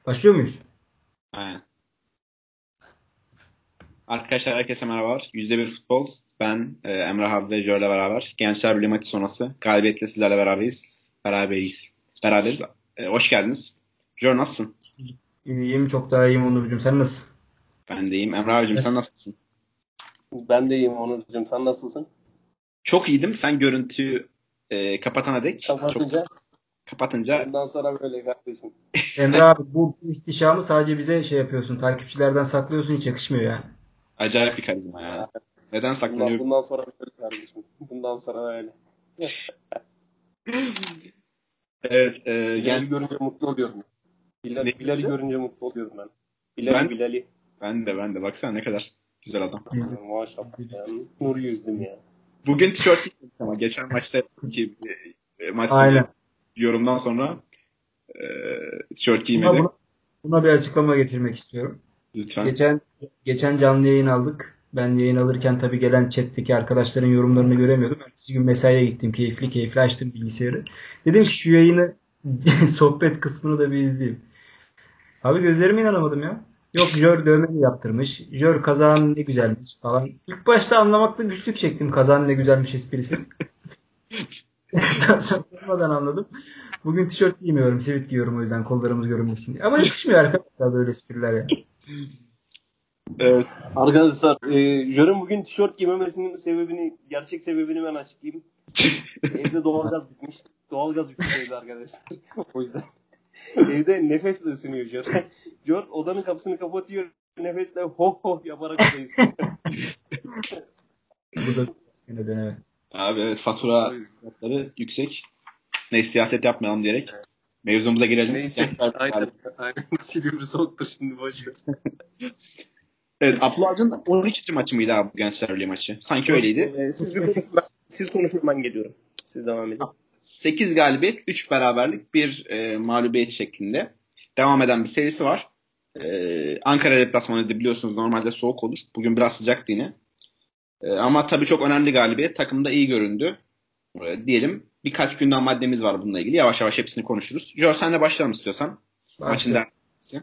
Başlıyor muyuz? Aynen. Arkadaşlar herkese merhabalar. %1 Futbol. Ben Emrah abi ve Jör'le beraber. Gençler Birliği maçı sonrası galibiyetle sizlerle beraberiz. Beraberiz. Hoş geldiniz. Jör nasılsın? İyiyim, çok daha iyiyim Onurcuğum. Sen nasılsın? Ben de iyiyim. Emrah abicim Evet. sen nasılsın? Ben de iyiyim Onurcuğum. Sen nasılsın? Çok iyiydim. Sen görüntüyü kapatana dek. Çok Kapatınca kapatınca bundan sonra böyle kardeşim. Emre abi bu ihtişamı sadece bize şey yapıyorsun. Takipçilerden saklıyorsun. Hiç yakışmıyor yani. acayip bir karizma ya. Neden Bundan, saklanıyor? bundan sonra böyle kardeşim. Bundan sonra öyle. Evet. Bilal'i görünce mutlu oluyorum. Ne Bilal'i görünce? görünce mutlu oluyorum ben. Ben Bilal'i. ben de. Baksana ne kadar güzel adam. Maşallah ya. Nur yüzdüm ya. Bugün tişört giymedik ama geçen maçta ki maç sonu Aynen. yorumdan sonra tişört Buna, giymedi. buna, buna bir açıklama getirmek istiyorum. Lütfen. Geçen geçen canlı yayın aldık. Ben yayın alırken tabii gelen chat'teki arkadaşların yorumlarını göremiyordum. Ertesi gün mesaiye gittim. Keyifli keyifli açtım bilgisayarı. Dedim ki şu yayını sohbet kısmını da bir izleyeyim. Abi gözlerime inanamadım ya. Yok Jör dövme yaptırmış. Jör kazağın ne güzelmiş falan. İlk başta anlamakta güçlük çektim kazağın ne güzelmiş esprisi. Sonradan anladım. Bugün tişört giymiyorum. Sivit giyiyorum o yüzden kollarımız görünmesin diye. Ama yakışmıyor arkadaşlar böyle espriler ya. Evet. Arkadaşlar, Jör'ün bugün tişört giymemesinin sebebini, gerçek sebebini ben açıklayayım. Evde doğalgaz bitmiş. Doğalgaz bitmiş evde arkadaşlar. O yüzden. Evde nefesle ısınıyor Jör. Jör odanın kapısını kapatıyor. Nefesle ho ho yaparak odayı ısınıyor. Bu da yine evet. Abi evet O fatura yüzden. fiyatları yüksek. Ne siyaset yapmayalım diyerek mevzumuza girelim. Neyse. Gençler Aynen. Aynen. Silivri soğuktur şimdi boş ver. Evet, Abdullah Avcı'nın 12. maçı mıydı abi bu Gençler Birliği maçı? Sanki öyleydi. Siz konuşun ben geliyorum. Siz devam edin. 8 galibiyet, 3 beraberlik, bir mağlubiyet şeklinde devam eden bir serisi var. Ankara deplasmanıydı biliyorsunuz normalde soğuk olur. Bugün biraz sıcaktı yine. Ama tabii çok önemli galibiyet. Takımda iyi göründü. Diyelim birkaç gündem maddemiz var bununla ilgili. Yavaş yavaş hepsini konuşuruz. Jor senle başlayalım istiyorsan. Maçın Başlayalım. dersi.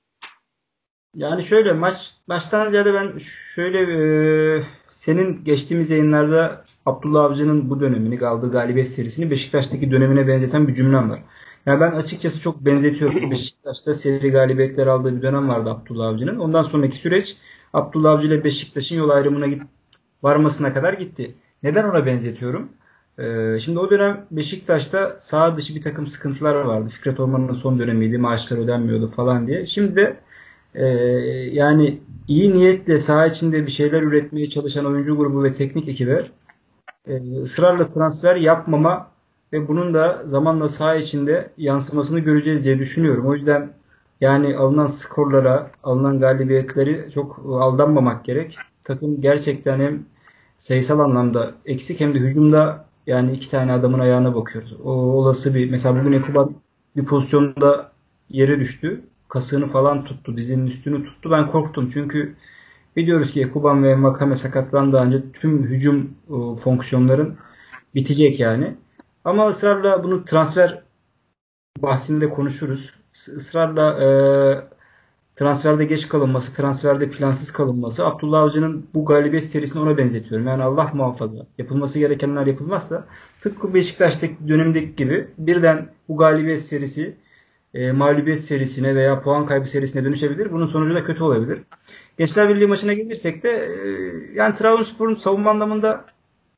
Yani şöyle maçtan ziyade ben şöyle senin geçtiğimiz yayınlarda Abdullah Avcı'nın bu dönemini aldığı galibiyet serisini Beşiktaş'taki dönemine benzeten bir cümlem var. Yani ben açıkçası çok benzetiyorum. Beşiktaş'ta seri galibiyetler aldığı bir dönem vardı Abdullah Avcı'nın. Ondan sonraki süreç Abdullah Avcı ile Beşiktaş'ın yol ayrımına varmasına kadar gitti. Neden ona benzetiyorum? Şimdi o dönem Beşiktaş'ta sağ dışı bir takım sıkıntılar vardı. Fikret Orman'ın son dönemiydi. Maaşlar ödenmiyordu falan diye. Şimdi de ee, yani iyi niyetle saha içinde bir şeyler üretmeye çalışan oyuncu grubu ve teknik ekibe ısrarla transfer yapmama ve bunun da zamanla saha içinde yansımasını göreceğiz diye düşünüyorum. O yüzden yani alınan skorlara, alınan galibiyetleri çok aldanmamak gerek. Takım gerçekten hem sayısal anlamda eksik hem de hücumda yani iki tane adamın ayağına bakıyoruz. O olası bir mesela bugün Ekuban bir pozisyonda yere düştü. Kasığını falan tuttu, dizinin üstünü tuttu. Ben korktum çünkü biliyoruz ki Ekuban ve Makame sakatlandığı önce tüm hücum fonksiyonların bitecek yani. Ama ısrarla bunu transfer bahsinde konuşuruz. Israrla transferde geç kalınması, transferde plansız kalınması Abdullah Avcı'nın bu galibiyet serisini ona benzetiyorum. Yani Allah muhafaza yapılması gerekenler yapılmazsa tıpkı Beşiktaş'taki dönemdeki gibi birden bu galibiyet serisi mağlubiyet serisine veya puan kaybı serisine dönüşebilir. Bunun sonucu da kötü olabilir. Gençler Birliği maçına gelirsek de yani Trabzonspor'un savunma anlamında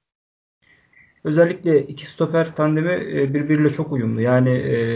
özellikle iki stoper tandemi birbiriyle çok uyumlu. Yani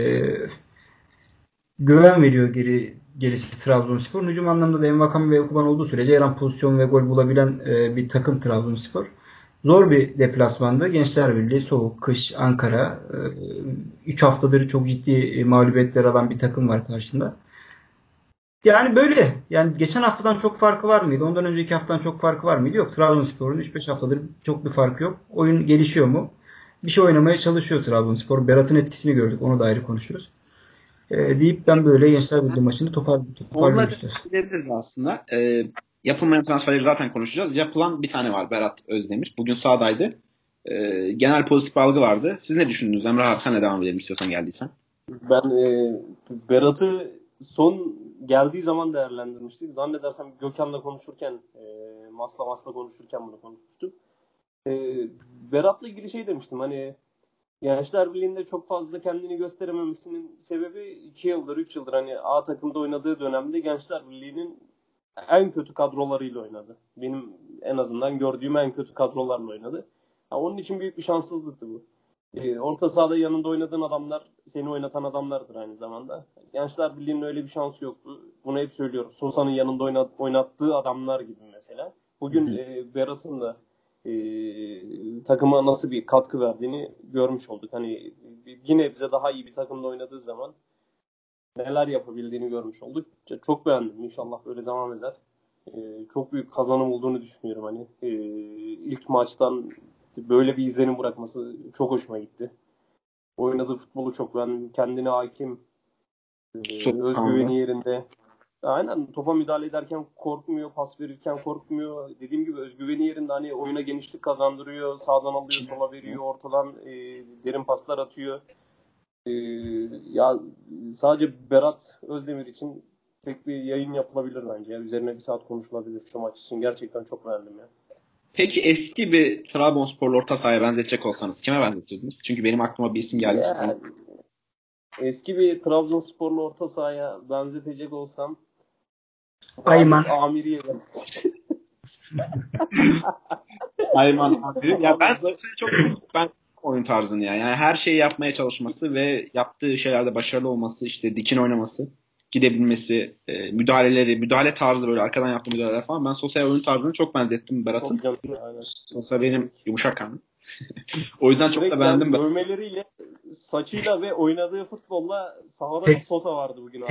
güven veriyor gerisi Trabzonspor. Hücum anlamında da Envakame ve Okuban olduğu sürece her an pozisyon ve gol bulabilen bir takım Trabzonspor. Zor bir deplasmandı. Gençler Birliği, soğuk, kış, Ankara. 3 haftadır çok ciddi mağlubiyetler alan bir takım var karşında. Yani böyle. Yani geçen haftadan çok farkı var mıydı? Ondan önceki haftadan çok farkı var mıydı? Yok. Trabzonspor'un 3-5 haftadır çok bir farkı yok. Oyun gelişiyor mu? Bir şey oynamaya çalışıyor Trabzonspor. Berat'ın etkisini gördük. Onu da ayrı konuşuruz. Deyip ben böyle Gençler Birliği maçını toparlıyorum Onları istiyorsan. bilebiliriz aslında. Yapılmayan transferleri zaten konuşacağız. Yapılan bir tane var Berat Özdemir. Bugün sahadaydı. Genel pozitif bir algı vardı. Siz ne düşündünüz Emrah abi? Sen de devam edelim istiyorsan geldiysen. Ben Berat'ı son geldiği zaman değerlendirmiştik. Zannedersem Gökhan'la konuşurken, Masla konuşurken bunu konuşmuştuk. Berat'la ilgili şey demiştim, hani Gençler Birliği'nde çok fazla kendini gösterememesinin sebebi 2 yıldır, 3 yıldır hani A takımda oynadığı dönemde Gençler Birliği'nin en kötü kadrolarıyla oynadı. Benim en azından gördüğüm en kötü kadrolarla oynadı. Onun için büyük bir şanssızlıktı bu. Orta sahada yanında oynadığın adamlar seni oynatan adamlardır aynı zamanda. Gençler Birliği'nin öyle bir şansı yoktu. Bunu hep söylüyoruz. Sosa'nın yanında oynattığı adamlar gibi mesela. Bugün Berat'ın da takıma nasıl bir katkı verdiğini görmüş olduk. Hani yine bize daha iyi bir takımda oynadığı zaman neler yapabildiğini görmüş olduk. Çok beğendim. İnşallah böyle devam eder. Çok büyük kazanım olduğunu düşünüyorum. Hani ilk maçtan böyle bir izlenim bırakması çok hoşuma gitti. Oynadığı futbolu çok beğendim. Kendine hakim, özgüveni yerinde. Aynen, topa müdahale ederken korkmuyor, pas verirken korkmuyor. Dediğim gibi özgüveni yerinde, hani oyuna genişlik kazandırıyor. Sağdan alıyor, sola veriyor, ortadan derin paslar atıyor. Ya sadece Berat Özdemir için tek bir yayın yapılabilir bence. Üzerine bir saat konuşulabilir şu maç için. Gerçekten çok beğendim ya. Peki eski bir Trabzonsporlu orta sahaya benzetecek olsanız kime benzetirdiniz? Çünkü benim aklıma bir isim geldi. Yani, eski bir Trabzonsporlu orta sahaya benzetecek olsam Ayman. Halit Amiri'ye benzetecek. Ayman Amiri. Ya ben ben oyun tarzını yani her şeyi yapmaya çalışması ve yaptığı şeylerde başarılı olması, işte dikin oynaması, gidebilmesi, müdahale tarzı, böyle arkadan yaptığı müdahaleler falan. Ben Sosa'ya oyun tarzını çok benzettim Berat'ın. Sosa benim yumuşak kanım. O yüzden çok da beğendim. Dövmeleriyle, saçıyla ve oynadığı futbolla sahada bir Sosa vardı bugün.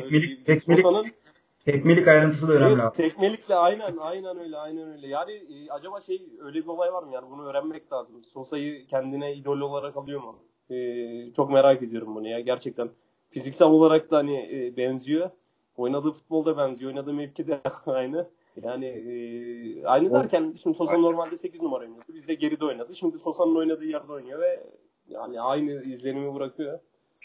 Tekmelik ayrıntısı da önemli. Evet, tekmelikle aynen öyle. Yani acaba öyle bir olay var mı? Yani bunu öğrenmek lazım. Sosa'yı kendine idol olarak alıyor mu? Çok merak ediyorum bunu ya. Gerçekten fiziksel olarak da hani benziyor. Oynadığı futbolda benziyor. Oynadığı mevki de aynı. Yani aynı derken şimdi Sosa normalde 8 numara oynuyordu. Biz de geride oynadı. Şimdi Sosa'nın oynadığı yerde oynuyor ve yani aynı izlenimi bırakıyor.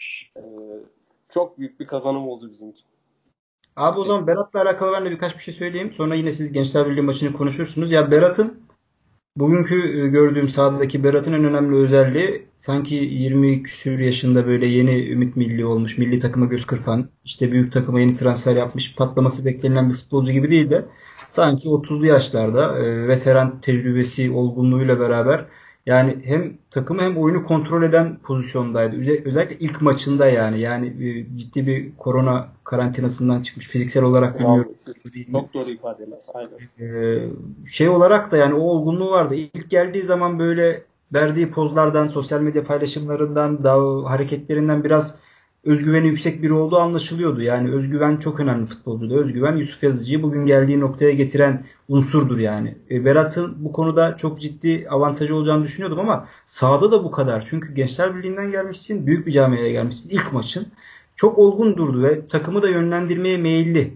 Çok büyük bir kazanım oldu bizim için. Abi o zaman Berat'la alakalı ben de birkaç bir şey söyleyeyim. Sonra yine siz Gençler Birliği maçını konuşursunuz. Ya Berat'ın bugünkü gördüğüm sahadaki Berat'ın en önemli özelliği sanki 20 küsür yaşında böyle yeni ümit milli olmuş, milli takıma göz kırpan, işte büyük takıma yeni transfer yapmış, patlaması beklenilen bir futbolcu gibi değil de sanki 30'lu yaşlarda veteran tecrübesi, olgunluğuyla beraber yani hem takımı hem oyunu kontrol eden pozisyondaydı. Özellikle ilk maçında yani. Ciddi bir korona karantinasından çıkmış. Fiziksel olarak bilmiyorum. Çok doğru ifadeler. Aynen. Şey olarak da yani o olgunluğu vardı. İlk geldiği zaman böyle verdiği pozlardan, sosyal medya paylaşımlarından, hareketlerinden biraz özgüveni yüksek biri olduğu anlaşılıyordu. Yani özgüven çok önemli futbolcuda. Özgüven Yusuf Yazıcı'yı bugün geldiği noktaya getiren unsurdur yani. Berat'ın bu konuda çok ciddi avantajı olacağını düşünüyordum ama sahada da bu kadar. Çünkü Gençler Birliği'nden gelmişsin, büyük bir camiaya gelmişsin. İlk maçın çok olgun durdu ve takımı da yönlendirmeye meyilli.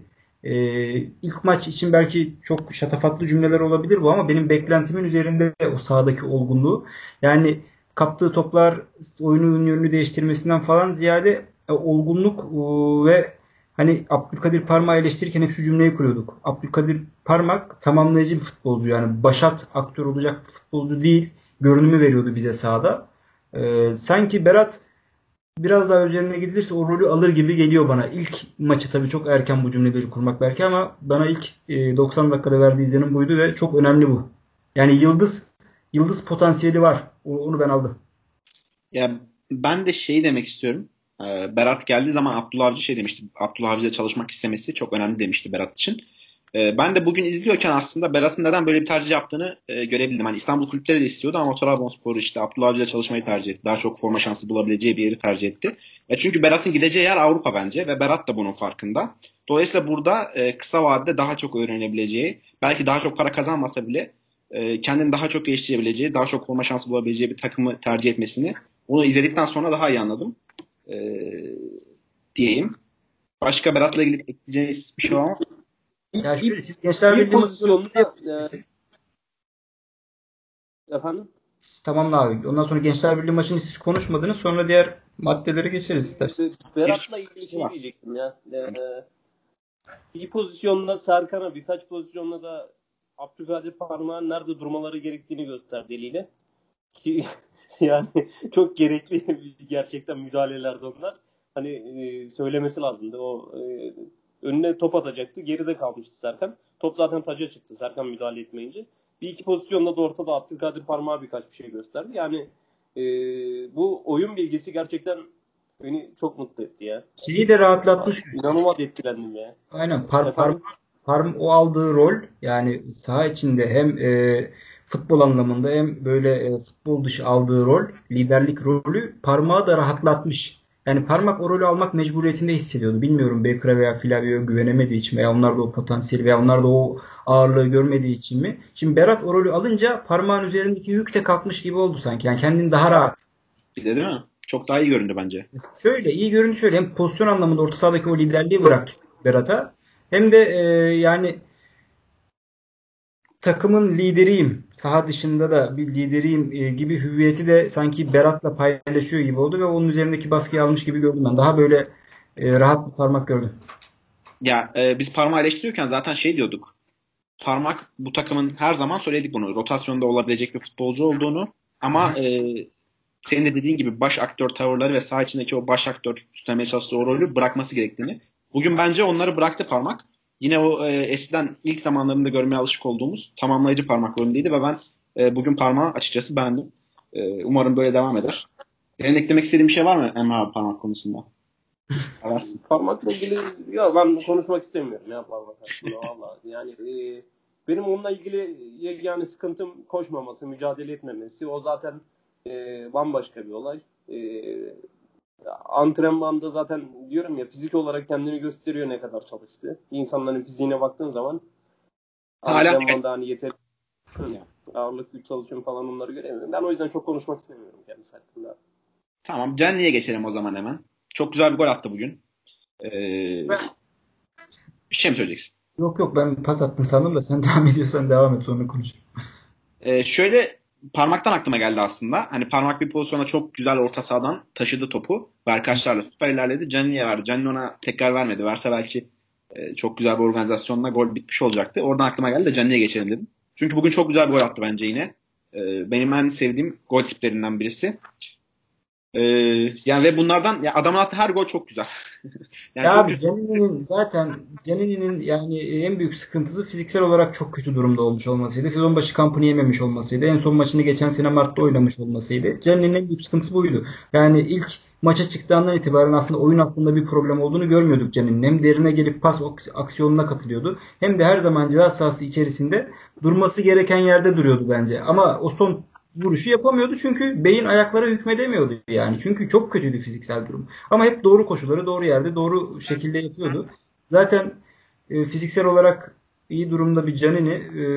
İlk maç için belki çok şatafatlı cümleler olabilir bu ama benim beklentimin üzerinde o sahadaki olgunluğu. Yani kaptığı toplar oyunun yönünü değiştirmesinden falan ziyade olgunluk ve hani Abdülkadir Parmak'ı eleştirirken hep şu cümleyi kuruyorduk. Abdülkadir Parmak tamamlayıcı bir futbolcu, yani başat aktör olacak bir futbolcu değil görünümü veriyordu bize sahada. Sanki Berat biraz daha üzerine gidilirse o rolü alır gibi geliyor bana. İlk maçı tabii çok erken bu cümleleri kurmak belki ama bana ilk 90 dakikada verdiği izlenim buydu ve çok önemli bu. Yani yıldız potansiyeli var. Onu ben aldım. Ya ben de demek istiyorum. Berat geldiği zaman Abdullah Avcı demişti. Abdullah Avcı'yla çalışmak istemesi çok önemli demişti Berat için. Ben de bugün izliyorken aslında Berat'ın neden böyle bir tercih yaptığını görebildim. Hani İstanbul kulüpleri de istiyordu ama Trabzonspor işte Abdullah Avcı'yla çalışmayı tercih etti. Daha çok forma şansı bulabileceği bir yeri tercih etti. Çünkü Berat'ın gideceği yer Avrupa bence ve Berat da bunun farkında. Dolayısıyla burada kısa vadede daha çok öğrenebileceği, belki daha çok para kazanmasa bile kendini daha çok geliştirebileceği, daha çok forma şansı bulabileceği bir takımı tercih etmesini onu izledikten sonra daha iyi anladım. Diyeyim. Başka Berat'la ilgili ekleyeceğiniz bir şey var mı? Ya şöyle, siz Gençler Birliği pozisyonunda efendim? Tamam abi. Ondan sonra Gençler Birliği maçını siz konuşmadınız. Sonra diğer Maddelere geçeriz istersen. Berat'la ilgili şey diyecektim ya. Bir pozisyonda Serkan'a, birkaç pozisyonda da Abdülkadir Parmak'ın nerede durmaları gerektiğini gösterdi eliyle. Ki yani çok gerekli gerçekten müdahalelerdi onlar. Hani söylemesi lazımdı. O önüne top atacaktı. Geride kalmıştı Serkan. Top zaten taca çıktı Serkan müdahale etmeyince. Bir iki pozisyonda da ortada Abdülkadir Parmak'a birkaç bir şey gösterdi. Yani bu oyun bilgisi gerçekten beni çok mutlu etti ya. Şeyi de rahatlatmış. İnanılmaz etkilendim ya. Aynen Efendim? o aldığı rol yani saha içinde hem futbol anlamında hem böyle futbol dışı aldığı rol, liderlik rolü Parmağı da rahatlatmış. Yani Parmak o rolü almak mecburiyetinde hissediyordu. Bilmiyorum Baker'a veya Flavio'ya güvenemediği için veya onlar da o potansiyeli veya onlar da o ağırlığı görmediği için mi? Şimdi Berat o rolü alınca Parmağın üzerindeki yük de kalkmış gibi oldu sanki. Yani kendini daha rahat. Bir de değil mi? Çok daha iyi göründü bence. Şöyle iyi görüntü şöyle hem pozisyon anlamında orta sahadaki o liderliği bıraktı Berat'a hem de yani takımın lideriyim, saha dışında da bir lideriyim gibi hüviyeti de sanki Berat'la paylaşıyor gibi oldu ve onun üzerindeki baskıyı almış gibi gördüm ben. Daha böyle rahat bir parmak gördüm. Ya biz Parmak'ı eleştiriyorken zaten şey diyorduk. Parmak bu takımın her zaman söyledik bunu. Rotasyonda olabilecek bir futbolcu olduğunu ama senin de dediğin gibi baş aktör tavırları ve saha içindeki o baş aktör üstlenmeye çalıştığı o rolü bırakması gerektiğini. Bugün bence onları bıraktı Parmak. Yine o eskiden ilk zamanlarında görmeye alışık olduğumuz tamamlayıcı Parmak rolündeydi ve ben bugün Parmak'ı açıkçası beğendim. Umarım böyle devam eder. Senin eklemek istediğin bir şey var mı Emre abi Parmak konusunda? Ararsın. Parmakla ilgili ya ben konuşmak istemiyorum ya parmak hakkında valla. Yani benim onunla ilgili yani sıkıntım koşmaması, mücadele etmemesi. O zaten bambaşka bir olay. Antrenmanda zaten diyorum ya fizik olarak kendini gösteriyor ne kadar çalıştı. İnsanların fiziğine baktığın zaman Hala antrenmanda hani yeter ağırlık güç çalışıyorum falan onları göremiyorum. Ben o yüzden çok konuşmak istemiyorum kendisi hakkında. tamam. Canlı'ya geçelim o zaman hemen. Çok güzel bir gol attı bugün. Ee, bir şey mi söyleyeceksin? Yok ben pas attın sandım da sen devam ediyorsan devam et sonra konuşuruz. Şöyle parmaktan aklıma geldi aslında. Hani parmak bir pozisyona çok güzel orta sahadan taşıdı topu. Berkaçlarla süper ilerledi. Canlı'ya verdi. Canlı ona tekrar vermedi. Verse belki çok güzel bir organizasyonla gol bitmiş olacaktı. Oradan aklıma geldi de Canlı'ya geçelim dedim. Çünkü bugün çok güzel bir gol attı bence yine. Benim en sevdiğim gol tiplerinden birisi. Ee, yani ve bunlardan ya adamın attığı her gol çok güzel. Yani Ya çok abi kötü. Canini'nin yani en büyük sıkıntısı fiziksel olarak çok kötü durumda olmuş olmasıydı. Sezon başı kampını yememiş olmasıydı. En son maçını geçen sene Mart'ta oynamış olmasıydı. Canini'nin en büyük sıkıntısı buydu. Yani ilk maça çıktığından itibaren aslında oyun hakkında bir problem olduğunu görmüyorduk Canini'nin. Hem derine gelip pas aksiyonuna katılıyordu. Hem de her zaman ceza sahası içerisinde durması gereken yerde duruyordu bence. Ama o son vuruşu yapamıyordu çünkü beyin ayaklara hükmedemiyordu yani. Çünkü çok kötüydü fiziksel durum. Ama hep doğru koşuları doğru yerde doğru şekilde yapıyordu. Zaten fiziksel olarak iyi durumda bir Canini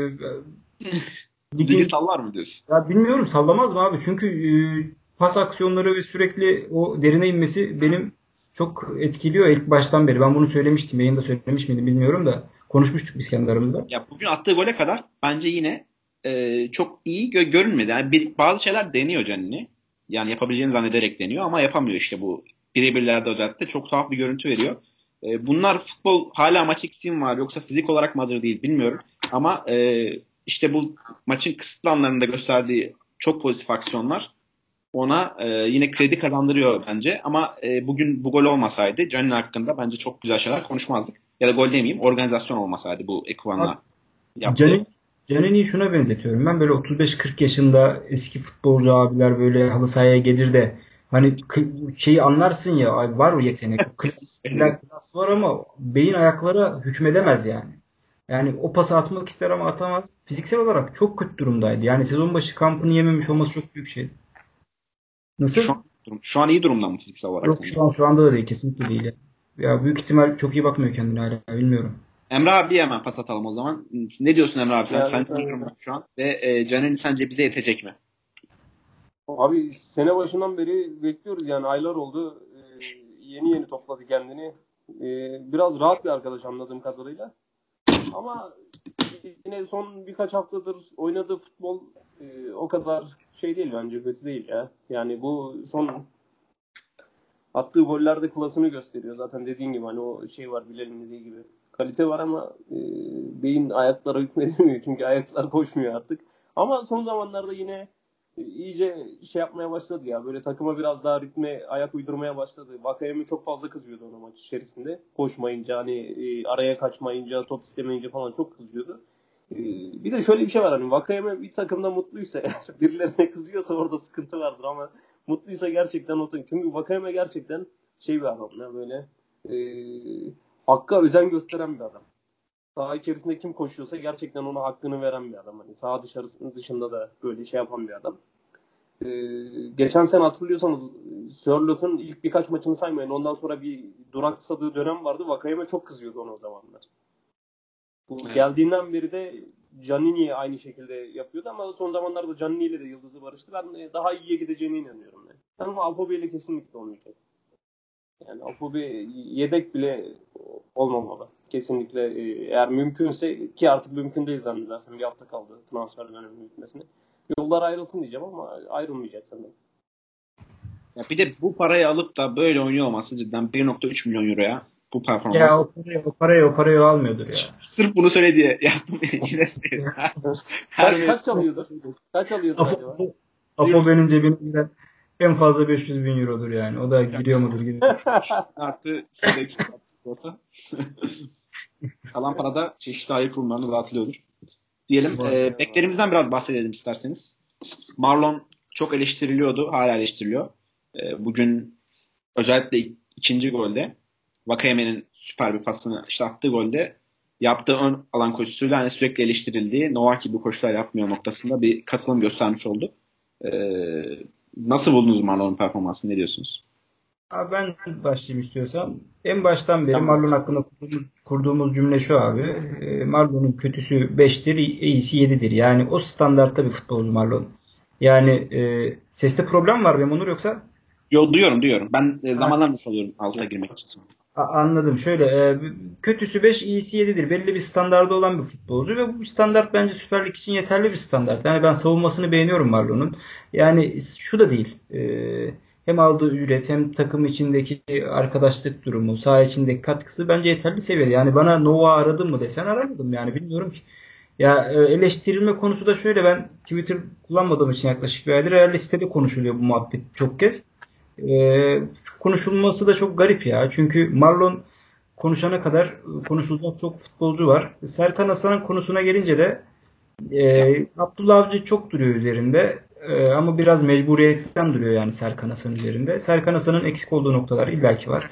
Ligi ligin sallar mı diyorsun? ya bilmiyorum sallamaz mı abi? Çünkü pas aksiyonları ve sürekli o derine inmesi benim çok etkiliyor ilk baştan beri. Ben bunu söylemiştim. Yayında söylemiş miydim bilmiyorum da konuşmuştuk biz kendi aramızda. Ya bugün attığı gole kadar bence yine çok iyi görünmedi. Yani bazı şeyler deniyor Canini. Yani yapabileceğini zannederek deniyor ama yapamıyor işte bu birebirlerde özellikle. Çok tuhaf bir görüntü veriyor. Bunlar futbol hala maç eksiği mi var yoksa fizik olarak mı hazır değil bilmiyorum. Ama işte bu maçın kısıtlı anlarında gösterdiği çok pozitif aksiyonlar ona yine kredi kazandırıyor bence. Ama bugün bu gol olmasaydı Canini hakkında bence çok güzel şeyler konuşmazdık. Ya da gol demeyeyim organizasyon olmasaydı bu Abi, Ekuban'la yaptı. Canini, Canini'yi şuna benzetiyorum. Ben böyle 35-40 yaşında eski futbolcu abiler böyle halı sahaya gelir de hani şeyi anlarsın ya ay var o yetenek. O klas var ama beyin ayaklara hükmedemez yani. Yani o pası atmak ister ama atamaz. Fiziksel olarak çok kötü durumdaydı. Yani sezon başı kampını yememiş olması çok büyük şey. Şu Nasıl? an, şu an iyi durumda mı fiziksel olarak Yok sence? şu anda da değil. Kesinlikle değil. Ya büyük ihtimal çok iyi bakmıyor kendine hala. Bilmiyorum. Emre abi hemen pas atalım o zaman. Ne diyorsun Emre abi sen? Yani Sence iyi durumda mı şu an? Ve Caner'in sence bize yetecek mi? abi sene başından beri bekliyoruz yani aylar oldu. Yeni yeni topladı kendini. Biraz rahat bir arkadaş anladığım kadarıyla. Ama yine son birkaç haftadır oynadığı futbol o kadar şey değil bence kötü değil ya. Yani bu son attığı gollerde klasını gösteriyor. Zaten dediğin gibi hani o şey var, Bilal'in dediği gibi. Kalite var ama beyin ayaklara hükmedemiyor. Çünkü ayaklar koşmuyor artık. Ama son zamanlarda yine iyice şey yapmaya başladı ya. Böyle takıma biraz daha ritme ayak uydurmaya başladı. Vakayeme çok fazla kızıyordu ona maç içerisinde. Koşmayınca hani araya kaçmayınca, top istemeyince falan çok kızıyordu. Bir de şöyle bir şey var, hani Vakayeme bir takımda mutluysa eğer birilerine kızıyorsa orada sıkıntı vardır ama mutluysa gerçekten o takım. Çünkü Vakayeme gerçekten şey bir adam ya, böyle e, hakka özen gösteren bir adam. Saha içerisinde kim koşuyorsa gerçekten ona hakkını veren bir adam. Hani saha dışında da böyle şey yapan bir adam. Geçen sene hatırlıyorsanız Sörlot'un ilk birkaç maçını saymayın. Ondan sonra bir duraksadığı dönem vardı. Vakayeme çok kızıyordu ona o zamanlar. Bu Evet. geldiğinden beri de Giannini aynı şekilde yapıyordu ama son zamanlarda Giannini ile de yıldızı barıştı. Ben daha iyiye gideceğine inanıyorum yani. Ama Afobe ile kesinlikle olmayacak. Yani Afobe yedek bile olmamalı. Kesinlikle eğer mümkünse, ki artık mümkün değil zannedersem, bir hafta kaldı transfer döneminin bitmesine. Yollar ayrılsın diyeceğim ama ayrılmayacak sanırım. Ya bir de bu parayı alıp da böyle oynuyor olması cidden 1.3 milyon euroya bu Ya performans. o parayı almıyordur ya. Sırf bunu söyle diye yaptım yine seyir. Her Kaç mevsim alıyordur? Kaç alıyordur acaba? Afobe'nin cebine giren en fazla 500 bin eurodur yani. O da giriyor mudur giriyor. artı sürekli sigorta. Kalan para da çeşitli hayır kurumlarına dağıtılıyordur. Diyelim beklerimizden biraz bahsedelim isterseniz. Marlon çok eleştiriliyordu. Hala eleştiriliyor. Bugün özellikle ikinci golde Vakayeme'nin süper bir pasını işte attığı golde yaptığı ön alan koşusuyla hani sürekli eleştirildiği, Novak gibi koşular yapmıyor noktasında bir katılım göstermiş oldu. Nasıl buldunuz Marlon'un performansını? Ne diyorsunuz? Abi ben başlayayım istiyorsan. En baştan beri Tamam. Marlon hakkında kurduğumuz cümle şu abi. Marlon'un kötüsü 5'tir, iyisi 7'dir. Yani o standartta bir futbolcu Marlon. Yani seste problem var benim Onur yoksa? Yo, duyuyorum. Ben Ha, zamanlar mı kalıyorum alta girmek için sonra. Anladım. Şöyle kötüsü 5, iyisi 7'dir. Belli bir standardı olan bir futbolcu ve bu standart bence Süper Lig için yeterli bir standart. Yani ben savunmasını beğeniyorum Marlon'un. Yani şu da değil. Hem aldığı ücret hem takım içindeki arkadaşlık durumu, saha içindeki katkısı bence yeterli seviyede. Yani bana Nova aradım mı desen aramadım yani bilmiyorum ki. Ya eleştirilme konusu da şöyle, ben Twitter kullanmadığım için yaklaşık bir aydır herhalde sitede konuşuluyor bu muhabbet çok kez. Konuşulması da çok garip ya. Çünkü Marlon konuşana kadar konuşulacak çok futbolcu var. Serkan Hasan'ın konusuna gelince de Abdullah Avcı çok duruyor üzerinde. Ama biraz mecburiyetten duruyor yani Serkan Hasan üzerinde. Serkan Hasan'ın eksik olduğu noktalar illaki var.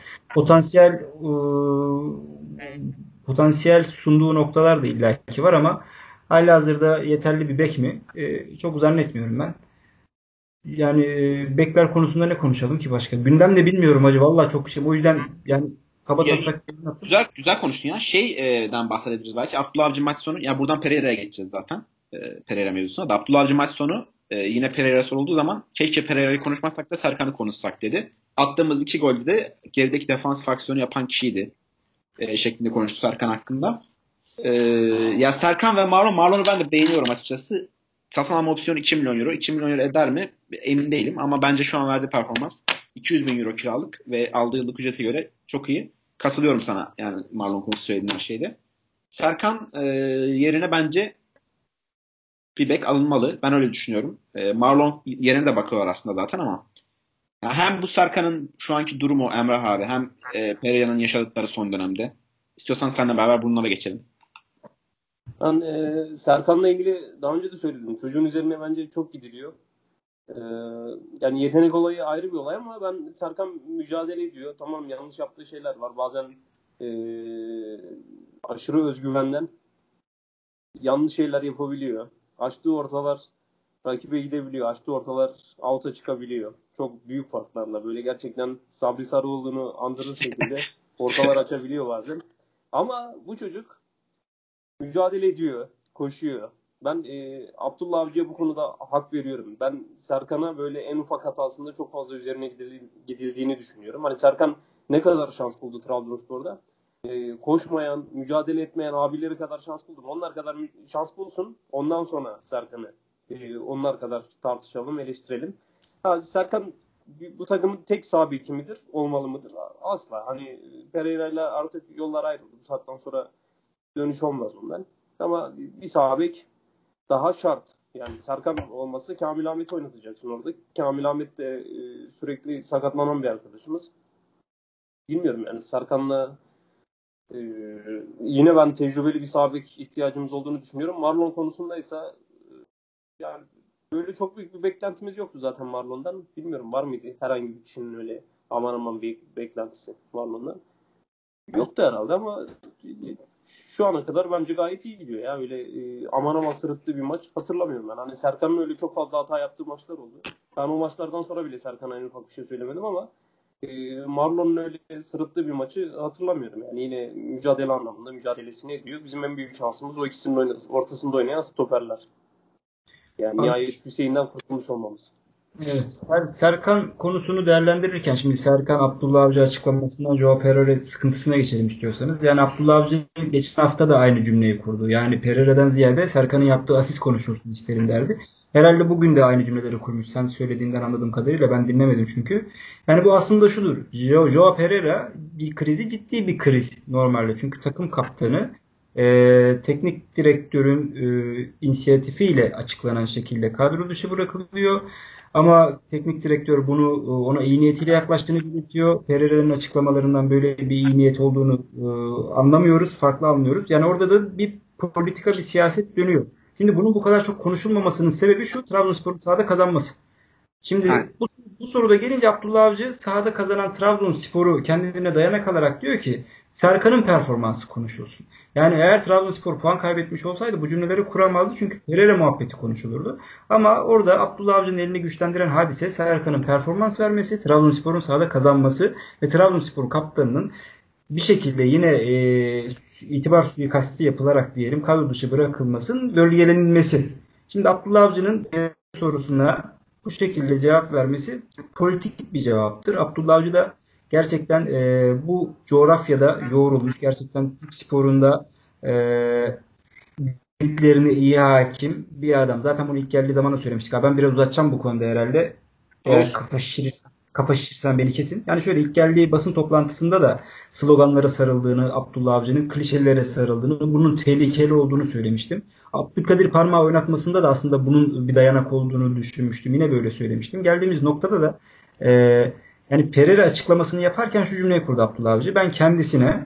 Potansiyel sunduğu noktalar da illaki var ama halihazırda yeterli bir bek mi? Çok zannetmiyorum ben. Yani bekler konusunda ne konuşalım ki başka? Gündem de bilmiyorum hacı. Vallahi çok şey. O yüzden yani Ya, kabataslak yaptım. güzel konuştun ya. Şeyden bahsedebiliriz belki. Abdullah Avcı maç sonu. Ya buradan Pereira'ya geçeceğiz zaten. Pereira mevzusuna. Da Abdullah Avcı maç sonu yine Pereira sorulduğu zaman keşke Pereira'yı konuşmazsak da Serkan'ı konuşsak dedi. Attığımız 2 golde de gerideki defans aksiyonu yapan kişiydi. Şeklinde konuştu Serkan hakkında. E, Ya Serkan ve Marlon'u ben de beğeniyorum açıkçası. Satın alma opsiyonu 2 milyon euro. 2 milyon euro eder mi? Emin değilim ama bence şu an verdiği performans 200 bin euro kiralık ve aldığı yıllık ücrete göre çok iyi. Katılıyorum sana yani Marlon konusu söylediğin her şeyde. Serkan yerine bence bir bek alınmalı. Ben öyle düşünüyorum. Marlon yerine de bakıyorlar aslında zaten ama ya hem bu Serkan'ın şu anki durumu Emrah abi hem Pereira'nın yaşadıkları son dönemde. İstiyorsan seninle beraber bunlara geçelim. Ben Serkan'la ilgili daha önce de söyledim. Çocuğun üzerine bence çok gidiliyor. E, Yani yetenek olayı ayrı bir olay ama ben Serkan mücadele ediyor. Tamam, yanlış yaptığı şeyler var. Bazen e, aşırı özgüvenden yanlış şeyler yapabiliyor. Açtığı ortalar rakibe gidebiliyor. Açtığı ortalar out'a çıkabiliyor. Çok büyük farklarla. Böyle gerçekten Sabri Sarıoğlu'nu andırır şekilde ortalar açabiliyor bazen. Ama bu çocuk mücadele ediyor, koşuyor. Ben Abdullah Avcı'ya bu konuda hak veriyorum. Ben Serkan'a böyle en ufak hatasında çok fazla üzerine gidildiğini düşünüyorum. Hani Serkan ne kadar şans buldu Trabzonspor'da? Koşmayan, mücadele etmeyen abileri kadar şans buldum. Onlar kadar şans bulsun. Ondan sonra Serkan'ı onlar kadar tartışalım, eleştirelim. Ha, Serkan bu takımın tek sağ beki midir? Olmalı mıdır? Asla. Hani Pereira'yla artık yollar ayrıldı. Bu saatten sonra dönüş olmaz ondan. Ama bir sağ bek daha şart. Yani Serkan olması Kamil Ahmet'i oynatacaksın orada. Kamil Ahmet de sürekli sakatlanan bir arkadaşımız. Bilmiyorum yani Serkan'la yine ben tecrübeli bir sağ bek ihtiyacımız olduğunu düşünüyorum. Marlon konusundaysa yani böyle çok büyük bir beklentimiz yoktu zaten Marlon'dan. Bilmiyorum var mıydı herhangi bir kişinin öyle aman aman bir beklentisi Marlon'dan. Yoktu herhalde ama şu ana kadar bence gayet iyi gidiyor ya. Öyle aman aman sırıttığı bir maç hatırlamıyorum ben. Hani Serkan'ın öyle çok fazla hata yaptığı maçlar oldu. Ben o maçlardan sonra bile Serkan'a en ufak bir şey söylemedim ama Marlon'un öyle sırıttığı bir maçı hatırlamıyorum. Yani yine mücadele anlamında mücadelesini ediyor. Bizim en büyük şansımız o ikisinin ortasında oynayan stoperler. Yani Abi, nihayet Hüseyin'den kurtulmuş olmamız. evet. Serkan konusunu değerlendirirken şimdi Serkan Abdullah Avcı açıklamasından Joao Pereira sıkıntısına geçelim istiyorsanız. Yani Abdullah Avcı geçen hafta da aynı cümleyi kurdu. Yani Pereira'dan ziyade Serkan'ın yaptığı asist konuşulsun isterim derdi. Herhalde bugün de aynı cümleleri kurmuş. Sen söylediğinden anladığım kadarıyla ben dinlemedim çünkü. Yani bu aslında şudur. Joao Pereira bir krizi ciddi bir kriz normalde. Çünkü takım kaptanı teknik direktörün inisiyatifiyle açıklanan şekilde kadro dışı bırakılıyor. Ama teknik direktör bunu ona iyi niyetiyle yaklaştığını belirtiyor. Pereira'nın açıklamalarından böyle bir iyi niyet olduğunu anlamıyoruz, farklı anlıyoruz. Yani orada da bir politika, bir siyaset dönüyor. Şimdi bunun bu kadar çok konuşulmamasının sebebi şu, Trabzonspor'un sahada kazanması. Yani, Şimdi bu soruda gelince Abdullah Avcı sahada kazanan Trabzonspor'u kendine dayanak alarak diyor ki Serkan'ın performansı konuşulsun. Yani eğer Trabzonspor puan kaybetmiş olsaydı bu cümleleri kuramazdı çünkü Pereira muhabbeti konuşulurdu. Ama orada Abdullah Avcı'nın elini güçlendiren hadise Serkan'ın performans vermesi, Trabzonspor'un sahada kazanması ve Trabzonspor kaptanının bir şekilde yine itibar suikastı yapılarak diyelim kadro dışı bırakılmasının bölgelenilmesi. Şimdi Abdullah Avcı'nın sorusuna bu şekilde cevap vermesi politik bir cevaptır. Abdullah Avcı da gerçekten bu coğrafyada yoğrulmuş. Gerçekten Türk sporunda bilgilerine iyi hakim bir adam. Zaten bunu ilk geldiği zaman da söylemiştik. Ben biraz uzatacağım bu konuda herhalde. Eğer olsun. kafa şişirirsen beni kesin. Yani şöyle ilk geldiği basın toplantısında da sloganlara sarıldığını, Abdullah Avcı'nın klişelere sarıldığını, bunun tehlikeli olduğunu söylemiştim. Abdülkadir Parmağı oynatmasında da aslında bunun bir dayanak olduğunu düşünmüştüm. Yine böyle söylemiştim. Geldiğimiz noktada da e, yani Pereira açıklamasını yaparken şu cümleyi kurdu Abdullah Avcı. Ben kendisine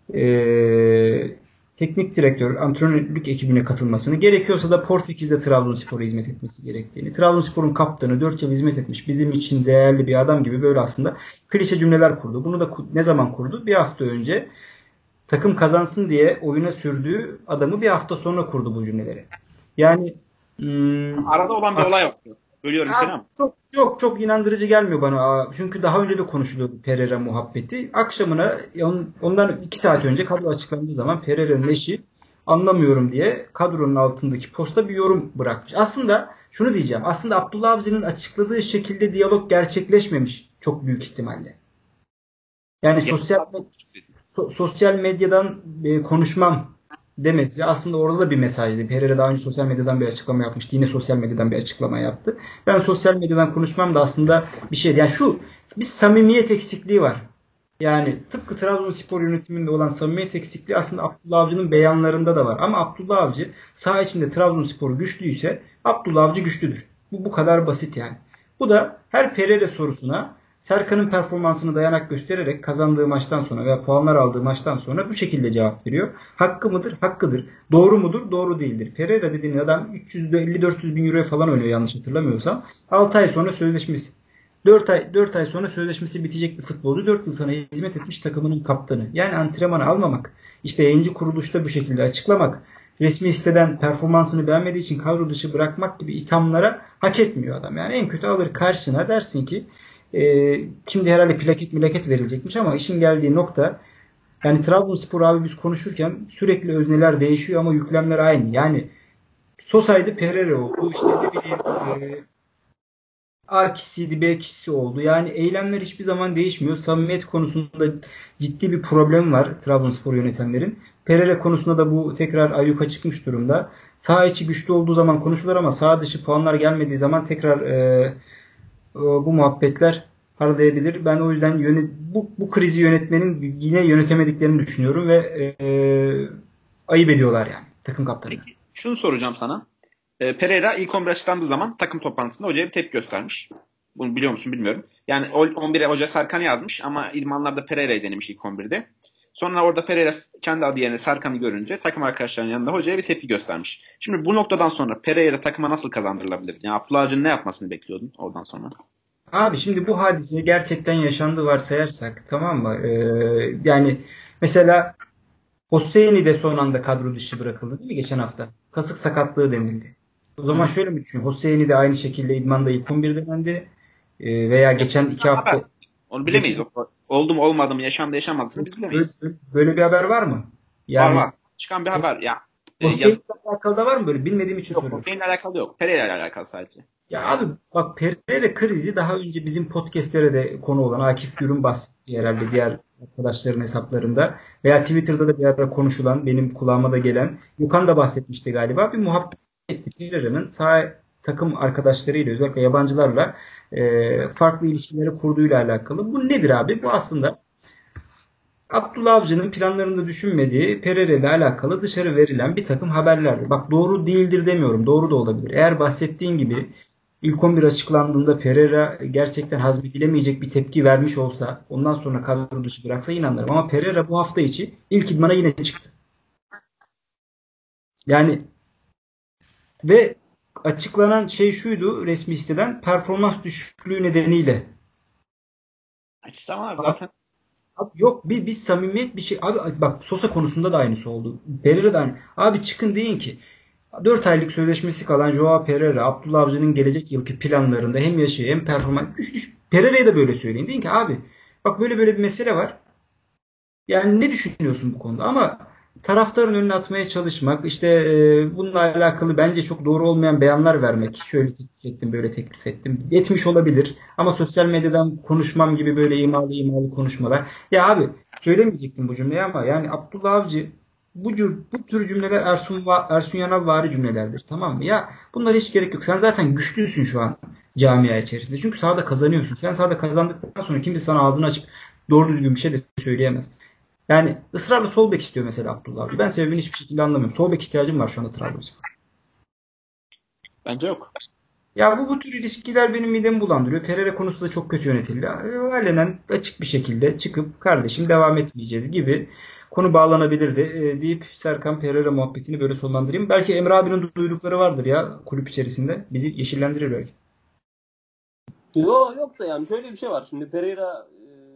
teknik direktör, antrenörlük ekibine katılmasını, gerekiyorsa da Portekiz'de Trabzonspor'a hizmet etmesi gerektiğini, Trabzonspor'un kaptanı 4 yıl hizmet etmiş, bizim için değerli bir adam gibi böyle aslında klişe cümleler kurdu. Bunu da ne zaman kurdu? Bir hafta önce takım kazansın diye oyuna sürdüğü adamı bir hafta sonra kurdu bu cümleleri. Yani Arada olan bir olay var. Bölüyorum seni ama. çok inandırıcı gelmiyor bana. Çünkü daha önce de konuşuluyordu Pereira muhabbeti. Akşamına ondan 2 saat önce kadro açıklandığı zaman Pereira'nın eşi anlamıyorum diye kadronun altındaki posta bir yorum bırakmış. Aslında şunu diyeceğim. Aslında Abdullah Avcı'nın açıkladığı şekilde diyalog gerçekleşmemiş çok büyük ihtimalle. Yani sosyal medyadan konuşmam demesi aslında orada da bir mesajdı. Pereira daha önce sosyal medyadan bir açıklama yapmıştı. Yine sosyal medyadan bir açıklama yaptı. Ben sosyal medyadan konuşmam da aslında bir şey. Yani bir samimiyet eksikliği var. Yani tıpkı Trabzonspor yönetiminde olan samimiyet eksikliği aslında Abdullah Avcı'nın beyanlarında da var. Ama Abdullah Avcı saha içinde Trabzonspor güçlüyse Abdullah Avcı güçlüdür. Bu kadar basit yani. Bu da her Pereira sorusuna Serkan'ın performansını dayanak göstererek kazandığı maçtan sonra veya puanlar aldığı maçtan sonra bu şekilde cevap veriyor. Hakkı mıdır? Hakkıdır. Doğru mudur? Doğru değildir. Pereira dediğin adam 350-400 bin euroya falan oynuyor yanlış hatırlamıyorsam. 6 ay sonra sözleşmesi. 4 ay sonra sözleşmesi bitecek bir futbolcu 4 yıl sonra hizmet etmiş takımının kaptanı. Yani antrenmanı almamak, işte yayıncı kuruluşta bu şekilde açıklamak, resmi siteden performansını beğenmediği için kadro dışı bırakmak gibi ithamlara hak etmiyor adam. Yani en kötü alır karşına dersin ki şimdi herhalde plaket verilecekmiş ama işin geldiği nokta yani Trabzonspor abi biz konuşurken sürekli özneler değişiyor ama yüklemler aynı. Yani Sosa'ydı Pereira oldu. İşte ne bileyim A kişisiydi B kişisi oldu. Yani eylemler hiçbir zaman değişmiyor. Samimiyet konusunda ciddi bir problem var Trabzonspor yönetenlerin. Pereira konusunda da bu tekrar ayyuka çıkmış durumda. Sağ içi güçlü olduğu zaman konuşulur ama sağ dışı puanlar gelmediği zaman tekrar bu muhabbetler parlayabilir. Ben o yüzden bu krizi yönetmenin yine yönetemediklerini düşünüyorum ve ayıp ediyorlar yani takım kaptanı. Peki şunu soracağım sana. Pereira ilk 11 açıklandığı zaman takım toplantısında hocaya bir tepki göstermiş. Bunu biliyor musun bilmiyorum. Yani 11'e hoca Serkan'ı yazmış ama idmanlarda Pereira'yı denemiş ilk 11'de. Sonra orada Pereira kendi adı yerine Serkan'ı görünce takım arkadaşlarının yanında hocaya bir tepki göstermiş. Şimdi bu noktadan sonra Pereira takıma nasıl kazandırılabilir? Yani Abdullah Avcı'nın ne yapmasını bekliyordun oradan sonra? Abi şimdi bu hadise gerçekten yaşandı varsayarsak, tamam mı? Yani mesela Hosseini de son anda kadro dışı bırakıldı değil mi geçen hafta? Kasık sakatlığı denildi. O Hı zaman hı. şöyle mi düşün? Hosseini de aynı şekilde idmanda ilk 11'de denendi. Veya geçen 2 Haber. hafta Onu bilemeyiz. geçen Oldu mu olmadı mı, yaşandı yaşanmadısını biz böyle, bilemeyiz. böyle bir haber var mı? Var Yani var. Çıkan bir haber. Ya Hosseini'yle alakalı da var mı böyle? Bilmediğim için yok. soruyorum. Hüseyin'le alakalı yok. Pereira ile alakalı sadece. Ya abi bak, Pereira krizi daha önce bizim podcastlere de konu olan Akif Gür'ün bahsettiği, herhalde diğer arkadaşların hesaplarında veya Twitter'da da bir ara konuşulan, benim kulağıma da gelen, Gökhan da bahsetmişti galiba, bir muhabbet etti. Pereira'nın sağ takım arkadaşlarıyla, özellikle yabancılarla farklı ilişkileri kurduğuyla alakalı. Bu nedir abi? Bu aslında Abdullah Avcı'nın planlarında düşünmediği Pereira ile alakalı dışarı verilen bir takım haberlerdi. Bak, doğru değildir demiyorum. Doğru da olabilir. Eğer bahsettiğin gibi ilk 11 açıklandığında Pereira gerçekten hazmedilemeyecek bir tepki vermiş olsa, ondan sonra kadro dışı bıraksa inanırım. Ama Pereira bu hafta içi ilk idmana yine çıktı. Yani ve açıklanan şey şuydu resmi siteden: performans düşüklüğü nedeniyle. İşte ama zaten Abi yok, biz samimiyet bir şey. Abi bak, Sosa konusunda da aynısı oldu. Pereira da aynı. Abi çıkın deyin ki 4 aylık sözleşmesi kalan Joao Pereira, Abdullah Avcı'nın gelecek yılki planlarında hem yaşayı hem performans düş. Pereira'ya da böyle söyleyin. Deyin ki abi bak, böyle böyle bir mesele var. Yani ne düşünüyorsun bu konuda? Ama taraftarın önüne atmaya çalışmak, işte bununla alakalı bence çok doğru olmayan beyanlar vermek. Şöyle teklif ettim, böyle teklif ettim. Yetmiş olabilir. Ama sosyal medyadan konuşmam gibi böyle imalı konuşmalar. Ya abi, söylemeyecektim bu cümleyi ama yani Abdullah Avcı, bu tür cümleler Ersun Yanal vari cümlelerdir. Tamam mı? Ya bunlara hiç gerek yok. Sen zaten güçlüsün şu an camia içerisinde. Çünkü sahada kazanıyorsun. Sen sahada kazandıktan sonra kimse sana ağzını açıp doğru düzgün bir şey de söyleyemez. Yani ısrarla sol bek istiyor mesela Abdullah Avcı. Ben sebebini hiçbir şekilde anlamıyorum. Sol bek ihtiyacım var şu anda Trabzonspor. bence yok. Ya bu tür ilişkiler benim midemi bulandırıyor. Pereira konusu da çok kötü yönetildi. Alenen açık bir şekilde çıkıp kardeşim devam etmeyeceğiz gibi konu bağlanabilirdi deyip Serkan Pereira muhabbetini böyle sonlandırayım. Belki Emre abinin duydukları vardır ya kulüp içerisinde. Bizi yeşillendirir belki. Yok da yani şöyle bir şey var. Şimdi Pereira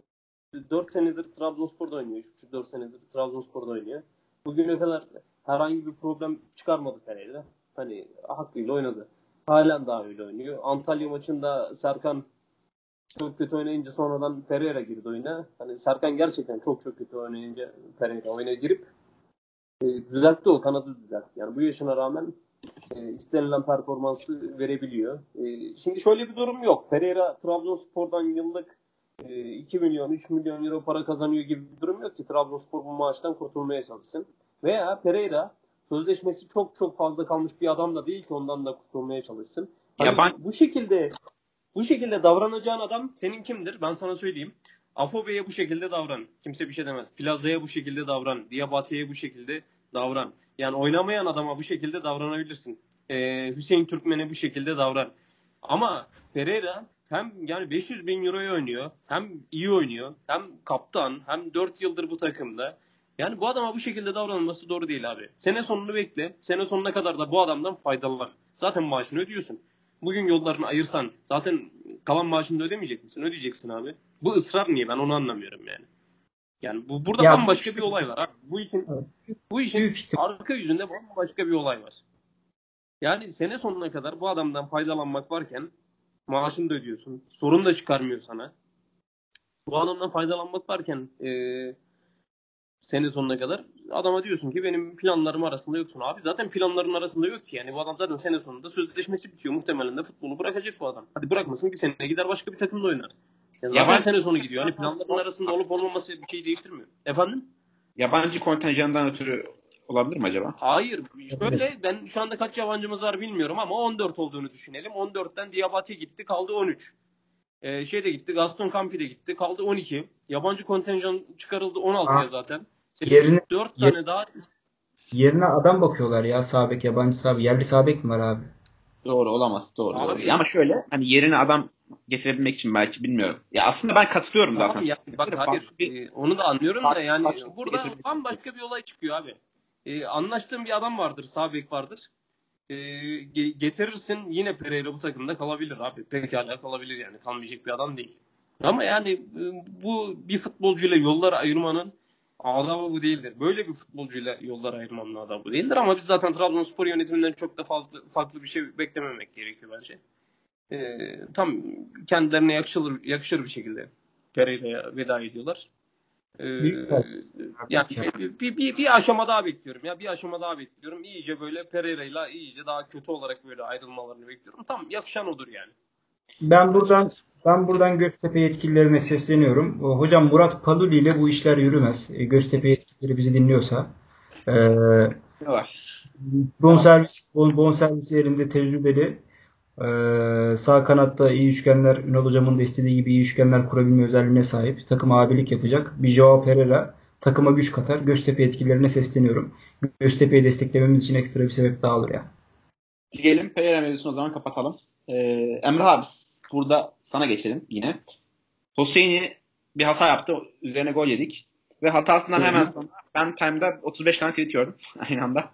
4 senedir Trabzonspor'da oynuyor. 3,5-4 senedir Trabzonspor'da oynuyor. Bugüne kadar herhangi bir problem çıkarmadı Pereira. Hani hakkıyla oynadı. Halen daha öyle oynuyor. Antalya maçında Serkan çok kötü oynayınca sonradan Pereira girdi oyuna. Hani Serkan gerçekten çok kötü oynayınca Pereira oyuna girip düzeltti, o kanadı düzeltti. Yani bu yaşına rağmen istenilen performansı verebiliyor. Şimdi şöyle bir durum yok. Pereira Trabzonspor'dan yıllık 2 milyon, 3 milyon euro para kazanıyor gibi bir durum yok ki Trabzonspor bu maaştan kurtulmaya çalışsın. Veya Pereira sözleşmesi çok fazla kalmış bir adam da değil ki ondan da kurtulmaya çalışsın. Hani Yabancı bu şekilde davranacağın adam senin kimdir? Ben sana söyleyeyim. Afobe'ye bu şekilde davran. Kimse bir şey demez. Plaza'ya bu şekilde davran. Diabate'ye bu şekilde davran. Yani oynamayan adama bu şekilde davranabilirsin. Hüseyin Türkmen'e bu şekilde davran. Ama Pereira hem yani 500 bin euroya oynuyor, hem iyi oynuyor, hem kaptan, hem 4 yıldır bu takımda. Yani bu adama bu şekilde davranılması doğru değil abi. Sene sonunu bekle. Sene sonuna kadar da bu adamdan faydalan. Zaten maaşını ödüyorsun. Bugün yollarını ayırsan zaten kalan maaşını da ödemeyecek misin? Ödeyeceksin abi. Bu ısrar niye? Ben onu anlamıyorum yani. Yani burada Ya bambaşka bir olay var abi. Bu işin büyük ihtimal arka yüzünde bambaşka bir olay var. Yani sene sonuna kadar bu adamdan faydalanmak varken maaşını da ödüyorsun. Sorun da çıkarmıyor sana. Bu adamdan faydalanmak varken sene sonuna kadar adama diyorsun ki benim planlarım arasında yoksun. Abi zaten planların arasında yok ki. Yani bu adam zaten sene sonunda sözleşmesi bitiyor. Muhtemelen de futbolu bırakacak bu adam. Hadi bırakmasın, bir sene gider başka bir takımda oynar. Ya zaten yabancı sene sonu gidiyor. Hani planların arasında olup olmaması bir şey değiştirmiyor. Efendim? yabancı kontenjandan ötürü olabilir mi acaba? Hayır. olabilir. Şöyle, ben şu anda kaç yabancımız var bilmiyorum ama 14 olduğunu düşünelim. 14'ten Diabate gitti, kaldı 13. Şey de gitti. Gaston Campi de gitti. Kaldı 12. Yabancı kontenjan çıkarıldı 16'ya zaten. Yerine 4 tane daha. yerine adam bakıyorlar ya, sağ bek, yabancı sağ bek. Yerli sağ bek mi var abi? Doğru olamaz. Doğru. Abi, Ama şöyle hani yerine adam getirebilmek için belki bilmiyorum. Ya aslında ben katılıyorum tamam zaten. ya, bak hayır. Onu da anlıyorum da yani burada bambaşka bir olay çıkıyor abi. Anlaştığın bir adam vardır. Sağ bek vardır. Getirirsin, yine Pereira bu takımda kalabilir abi. Pekala kalabilir yani. Kalmayacak bir adam değil. Ama yani bu bir futbolcuyla yollar ayırmanın adabı bu değildir. Böyle bir futbolcuyla yollar ayırmanın adabı bu değildir. Ama biz zaten Trabzonspor yönetiminden çok da farklı bir şey beklememek gerekiyor bence. Tam kendilerine yakışır bir şekilde Pereira'ya veda ediyorlar. Büyük performans. Yani bir aşama daha bekliyorum ya. Bir aşama daha bekliyorum. İyice böyle Pereira'yla iyice daha kötü olarak böyle ayrılmalarını bekliyorum. Tam yakışan odur yani. Ben buradan ben buradan Göztepe yetkililerine sesleniyorum. Hocam Murat Paluli ile bu işler yürümez. Göztepe yetkilileri bizi dinliyorsa. E, Ne var? bonservis yerinde tecrübeli. Sağ kanatta iyi üçgenler, Ünal hocamın da istediği gibi iyi üçgenler kurabilme özelliğine sahip. Takıma abilik yapacak. Bir Joao Pereira takıma güç katar. Göztepe yetkililerine sesleniyorum. Göztepe'yi desteklememiz için ekstra bir sebep daha olur ya. Diyelim Pereira mevzusunu o zaman kapatalım. Emre abi burada sana geçelim yine. Hosseini bir hata yaptı. Üzerine gol yedik. Ve hatasından hemen sonra ben Time'da 35 tane tweet gördüm aynı anda.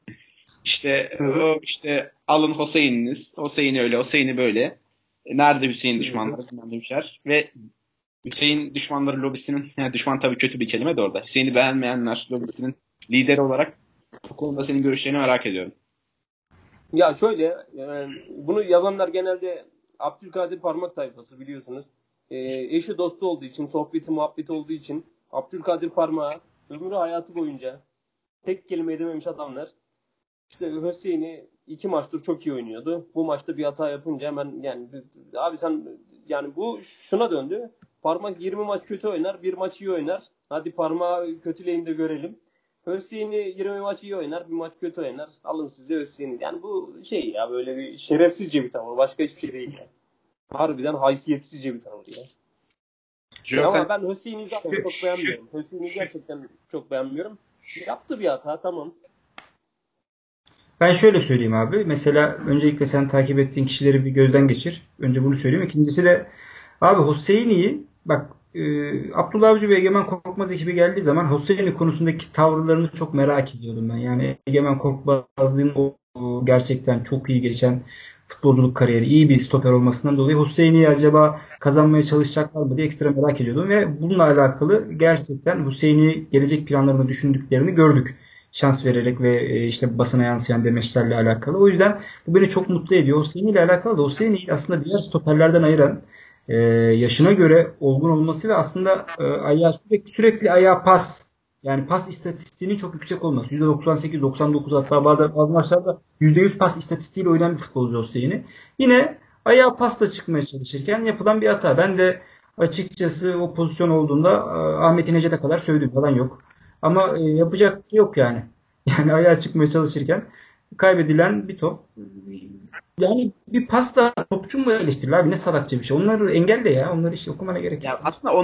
İşte alın Hosseini'niz. Hosseini öyle, Hosseini böyle. Nerede Hüseyin düşmanları bilmem demişler. Ve Hüseyin düşmanları lobisinin, yani düşman tabii kötü bir kelime de orada. Hüseyin'i beğenmeyenler lobisinin lideri olarak bu konuda senin görüşlerini merak ediyorum. Ya şöyle, bunu yazanlar genelde Abdülkadir Parmak tayfası biliyorsunuz. Eşi dostu olduğu için, sohbeti muhabbeti olduğu için Abdülkadir Parmak'a ömrü hayatı boyunca tek kelime edememiş adamlar. İşte Hüseyin'i 2 maçtır çok iyi oynuyordu. Bu maçta bir hata yapınca hemen yani abi sen yani bu şuna döndü. Parmak 20 maç kötü oynar, bir maç iyi oynar. Hadi parmağı kötüleyin de görelim. Hüseyin'i 20 maç iyi oynar, bir maç kötü oynar. Alın size Hüseyin'i. Yani bu şey ya, böyle bir şerefsizce bir tavır. Başka hiçbir şey değil yani. Harbiden haysiyetsizce bir tavır ya. Ama ben Hüseyin'i zaten çok beğenmiyorum. Hüseyin'i gerçekten çok beğenmiyorum. Yaptı bir hata, tamam. Ben şöyle söyleyeyim abi. Mesela öncelikle sen takip ettiğin kişileri bir gözden geçir. Önce bunu söyleyeyim. İkincisi de abi Hüseyin'i bak, Abdullah Avcı ve Egemen Korkmaz ekibi geldiği zaman Hüseyin'i konusundaki tavırlarını çok merak ediyordum ben. Yani Egemen Korkmaz'ın o gerçekten çok iyi geçen futbolculuk kariyeri, iyi bir stoper olmasından dolayı Hüseyin'i acaba kazanmaya çalışacaklar mı diye ekstra merak ediyordum ve bununla alakalı gerçekten Hüseyin'i gelecek planlarını düşündüklerini gördük, şans vererek ve işte basına yansıyan demeçlerle alakalı. O yüzden bu beni çok mutlu ediyor. Hüseyin ile alakalı da Hüseyin'i aslında diğer stoperlerden ayıran yaşına göre olgun olması ve aslında sürekli ayağa pas, yani pas istatistiğinin çok yüksek olması. %98-99, hatta bazı maçlarda %100 pas istatistiğiyle oynayan bir futbolcu Hüseyin'i. Yine ayağa pasla çıkmaya çalışırken yapılan bir hata. Ben de açıkçası o pozisyon olduğunda Ahmet İnece'de kadar söyledim. Yalan yok. Ama yapacak bir şey yok yani. Yani ayağa çıkmaya çalışırken kaybedilen bir top. Yani bir pasta topçu mu eleştirir abi? Ne salakça bir şey. Onları engelle ya. Onları hiç okumana gerek Ya yok. aslında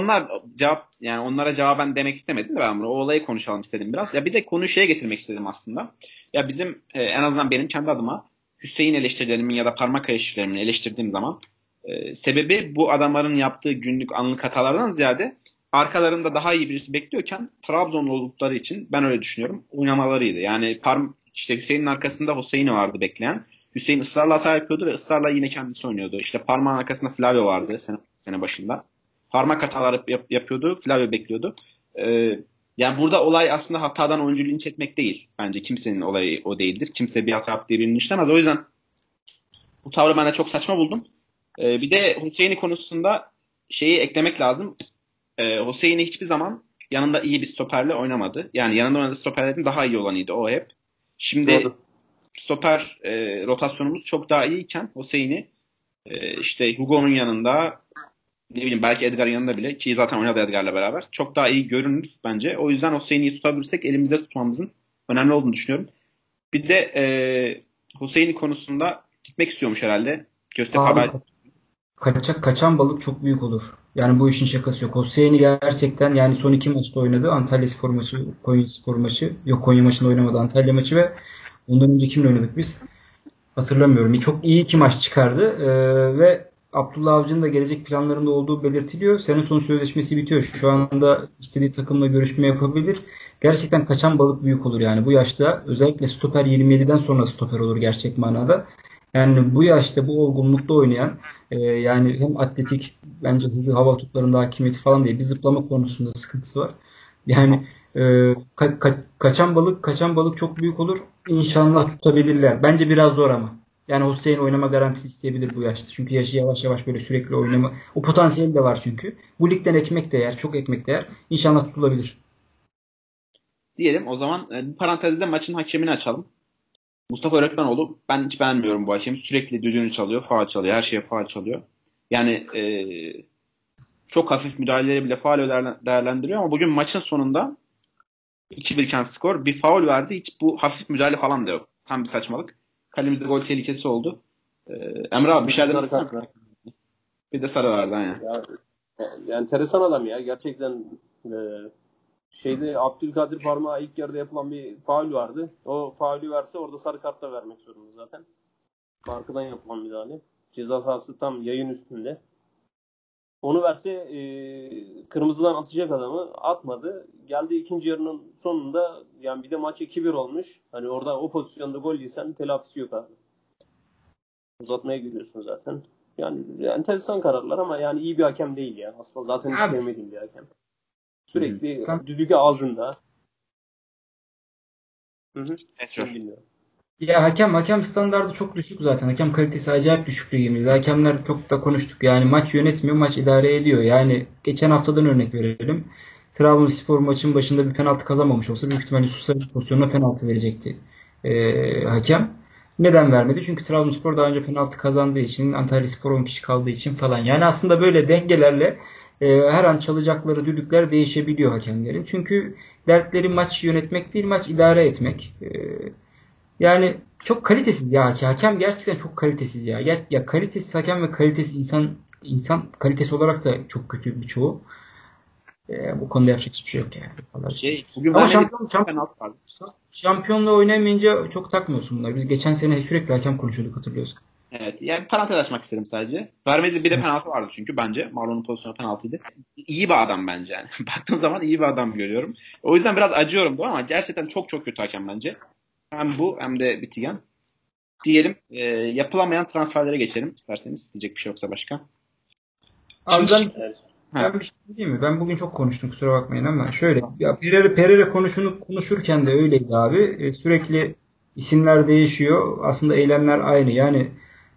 onlara cevaben demek istemedim de ben bunu. O olayı konuşalım istedim biraz. Ya bir de konuyu şeye getirmek istedim aslında. Ya bizim en azından benim kendi adıma Hüseyin eleştirilerimin ya da parmak eleştirilerimin eleştirdiğim zaman sebebi bu adamların yaptığı günlük anlık hatalardan ziyade arkalarında daha iyi birisi bekliyorken Trabzonlu oldukları için ben öyle düşünüyorum. Oynamalarıydı. Yani işte Hüseyin'in arkasında Hüseyin'i vardı bekleyen. Hüseyin ısrarla hata yapıyordu ve ısrarla yine kendisi oynuyordu. İşte parmağın arkasında Flavio vardı sene başında. Parmak hataları yapıyordu. Flavio bekliyordu. Yani burada olay aslında hatadan oyuncu linç etmek değil. Bence kimsenin olayı o değildir. Kimse bir hata yaptığı birini linçlemez. O yüzden bu tavrı ben de çok saçma buldum. Bir de Hüseyin'i konusunda şeyi eklemek lazım. Hüseyin'i hiçbir zaman yanında iyi bir stoperle oynamadı. Yani yanında oynadığı stoperlerin daha iyi olanıydı o hep. Şimdi Doğru. stoper rotasyonumuz çok daha iyiyken Hüseyin'i işte Hugo'nun yanında, ne bileyim belki Edgar'ın yanında bile, ki zaten oynadı Edgar'la beraber, çok daha iyi görünür bence. O yüzden Hüseyin'i tutabilirsek elimizde tutmamızın önemli olduğunu düşünüyorum. Bir de Hüseyin'i konusunda gitmek istiyormuş herhalde. Göztepe Abi haber kaçan balık çok büyük olur. Yani bu işin şakası yok. Hüseyin'i gerçekten yani son 2 maçta oynadı. Antalyaspor maçı, Konyaspor maçı. Yok, Konya maçında oynamadı. Antalya maçı ve ondan önce kimle oynadık biz? Hatırlamıyorum. Çok iyi 2 maç çıkardı. Ve Abdullah Avcı'nın da gelecek planlarında olduğu belirtiliyor. Sene sonu sözleşmesi bitiyor. Şu anda istediği takımla görüşme yapabilir. Gerçekten kaçan balık büyük olur yani. Bu yaşta özellikle stoper 27'den sonra stoper olur gerçek manada. Yani bu yaşta bu olgunlukta oynayan yani hem atletik bence hızlı hava toplarında hakimiyeti falan değil. Bir zıplama konusunda sıkıntısı var. Yani kaçan balık çok büyük olur. İnşallah tutabilirler. Bence biraz zor ama. Yani Hüseyin oynama garantisi isteyebilir bu yaşta. Çünkü yaşı yavaş yavaş böyle sürekli oynama. O potansiyeli de var çünkü. Bu ligden ekmek de yer. Çok ekmek de yer. İnşallah tutulabilir. Diyelim o zaman bir parantezde maçın hakemini açalım. Mustafa Öğretmenoğlu, ben hiç beğenmiyorum bu hakemi. Sürekli düdüğünü çalıyor, faul çalıyor. Her şeye faul çalıyor. Yani çok hafif müdahaleleri bile faul değerlendiriyor ama bugün maçın sonunda 2-1 iken skor bir faul verdi. Hiç bu hafif müdahale falan da yok. Tam bir saçmalık. Kalemizde gol tehlikesi oldu. Emre abi bir şey demek ister misin? Bir de sarı verdi aynen. Ya, enteresan adam ya. Gerçekten Abdülkadir Parmağı ilk yarıda yapılan bir faul vardı. O faulü verse orada sarı kart da vermek zorunda zaten. Arkadan yapılan müdahale. Ceza sahası tam yayın üstünde. Onu verse kırmızıdan atacak adamı atmadı. Geldi ikinci yarının sonunda yani bir de maç 2-1 olmuş. Hani orada o pozisyonda gol yesen telafisi yok abi. Uzatmaya giriyorsun zaten. Yani enteresan kararlar ama yani iyi bir hakem değil ya. Aslında zaten hiç Abi, sevmediğim bir hakem. Sürekli Hı-hı. düdük ağzında. Hı. Geçiyor. Seni dinliyorum. Ya hakem standardı çok düşük zaten. Hakem kalitesi acayip düşük ligimizde. Hakemler çok da konuştuk. Yani maç yönetmiyor, maç idare ediyor. Yani geçen haftadan örnek verelim. Trabzonspor maçın başında bir penaltı kazanmamış olsa büyük ihtimalle Susa'nın pozisyonuna penaltı verecekti hakem. Neden vermedi? Çünkü Trabzonspor daha önce penaltı kazandığı için, Antalyaspor 10 kişi kaldığı için falan. Yani aslında böyle dengelerle her an çalacakları düdükler değişebiliyor hakemlerin. Çünkü dertleri maç yönetmek değil, maç idare etmek. Yani çok kalitesiz ya hakem. Hakem gerçekten çok kalitesiz ya. Ya kalitesiz hakem ve kalitesiz insan kalitesi olarak da çok kötü birçoğu. Bu konuda yapacak hiçbir şey yok yani. Vallahi. Bugün Ama vermedi penaltı vardı. şampiyonluğu oynayamayınca çok takmıyorsun bunları. Biz geçen sene sürekli hakem konuşuyorduk, hatırlıyorsun. Evet. Yani bir parantez açmak istedim sadece. Vermedi bir de penaltı vardı çünkü bence. Marlon'un pozisyonu penaltıydı. İyi bir adam bence yani. Baktığın zaman iyi bir adam görüyorum. O yüzden biraz acıyorum bu ama gerçekten çok çok kötü hakem bence. Hem bu hem de Bitigen. Diyelim yapılamayan transferlere geçelim isterseniz. Diyecek bir şey yoksa başka. Abi Şimdi Evet. ben bir şey diyeyim mi? Ben bugün çok konuştum, kusura bakmayın ama şöyle ya Pereira konuşurken de öyleydi abi. Sürekli isimler değişiyor. Aslında eylemler aynı. Yani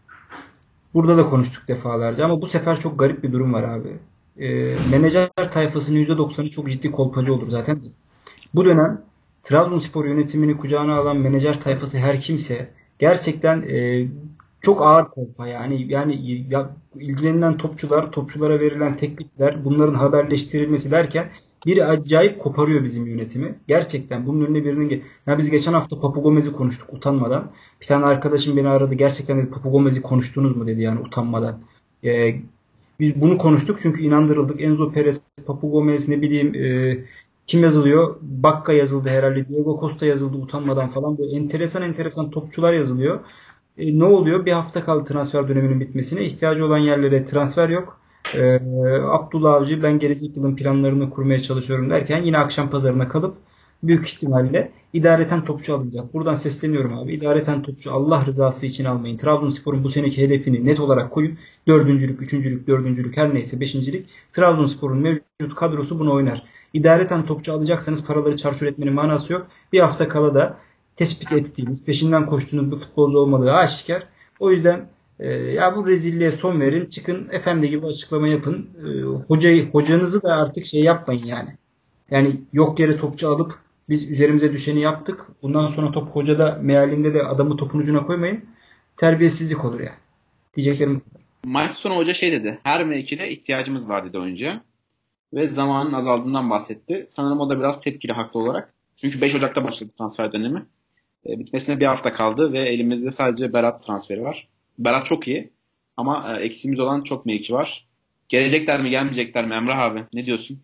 burada da konuştuk defalarca ama bu sefer çok garip bir durum var abi. Menajer tayfasının %90'ı çok ciddi kolpacı olur zaten. Bu dönem Trabzonspor yönetimini kucağına alan menajer tayfası her kimse gerçekten çok ağır kolpa yani ya, ilgilenilen topçulara verilen teklifler, bunların haberleştirilmesi derken biri acayip koparıyor bizim yönetimi. Gerçekten bunun önüne ya biz geçen hafta Papu Gomez'i konuştuk utanmadan. Bir tane arkadaşım beni aradı. Gerçekten dedi, Papu Gomez'i konuştunuz mu dedi yani utanmadan. E, Biz bunu konuştuk çünkü inandırıldık. Enzo Perez, Papu Gomez, ne bileyim kim yazılıyor? Bakka yazıldı herhalde. Diego Costa yazıldı utanmadan falan. Böyle enteresan topçular yazılıyor. Ne oluyor? Bir hafta kaldı transfer döneminin bitmesine. İhtiyacı olan yerlere transfer yok. E, Abdullah Avcı ben gelecek yılın planlarını kurmaya çalışıyorum derken yine akşam pazarına kalıp büyük ihtimalle idareten topçu alınacak. Buradan sesleniyorum abi. İdareten topçu Allah rızası için almayın. Trabzonspor'un bu seneki hedefini net olarak koyun. Dördüncülük, üçüncülük, dördüncülük her neyse beşincilik. Trabzonspor'un mevcut kadrosu bunu oynar. İdareten topçu alacaksanız paraları çarçur etmenin manası yok. Bir hafta kala da tespit ettiğiniz, peşinden koştuğunuz bir futbolcu olmadığı aşikar. O yüzden ya bu rezilliğe son verin. Çıkın efendi gibi açıklama yapın. Hocanızı da artık şey yapmayın yani. Yani yok yere topçu alıp biz üzerimize düşeni yaptık. Bundan sonra top hocada mealinde de adamı topun ucuna koymayın. Terbiyesizlik olur yani. Diyeceklerim. maç sonu hoca şey dedi. Her mevkide ihtiyacımız var dedi oyuncuya. Ve zamanın azaldığından bahsetti. Sanırım o da biraz tepkili haklı olarak. Çünkü 5 Ocak'ta başladı transfer dönemi. Bitmesine bir hafta kaldı ve elimizde sadece Berat transferi var. Berat çok iyi. Ama eksiğimiz olan çok mevki var. Gelecekler mi gelmeyecekler mi Emrah abi? Ne diyorsun?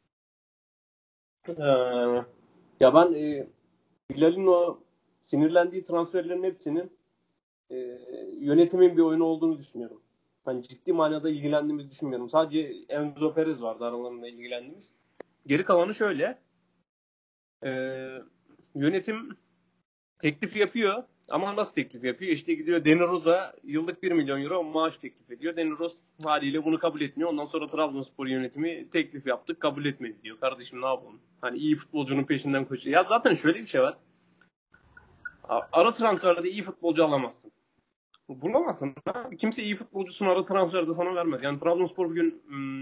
Ee, Ya ben Bilal'in o sinirlendiği transferlerin hepsinin e, yönetimin bir oyunu olduğunu düşünüyorum. Hani ciddi manada ilgilendiğimizi düşünmüyorum. Sadece Enzo Perez vardı aralarında ilgilendiğimiz. Geri kalanı şöyle. E, Yönetim teklif yapıyor. Ama nasıl teklif yapıyor? İşte gidiyor Deni Rosa yıllık 1 milyon euro maaş teklif ediyor. Deni Rosa haliyle bunu kabul etmiyor. Ondan sonra Trabzonspor yönetimi teklif yaptık kabul etmedi diyor. Kardeşim ne yapalım? Hani iyi futbolcunun peşinden koşuyor. Ya zaten şöyle bir şey var. Ara transferde iyi futbolcu alamazsın. Bulamazsın. Kimse iyi futbolcusunu ara transferde sana vermez. Yani Trabzonspor bugün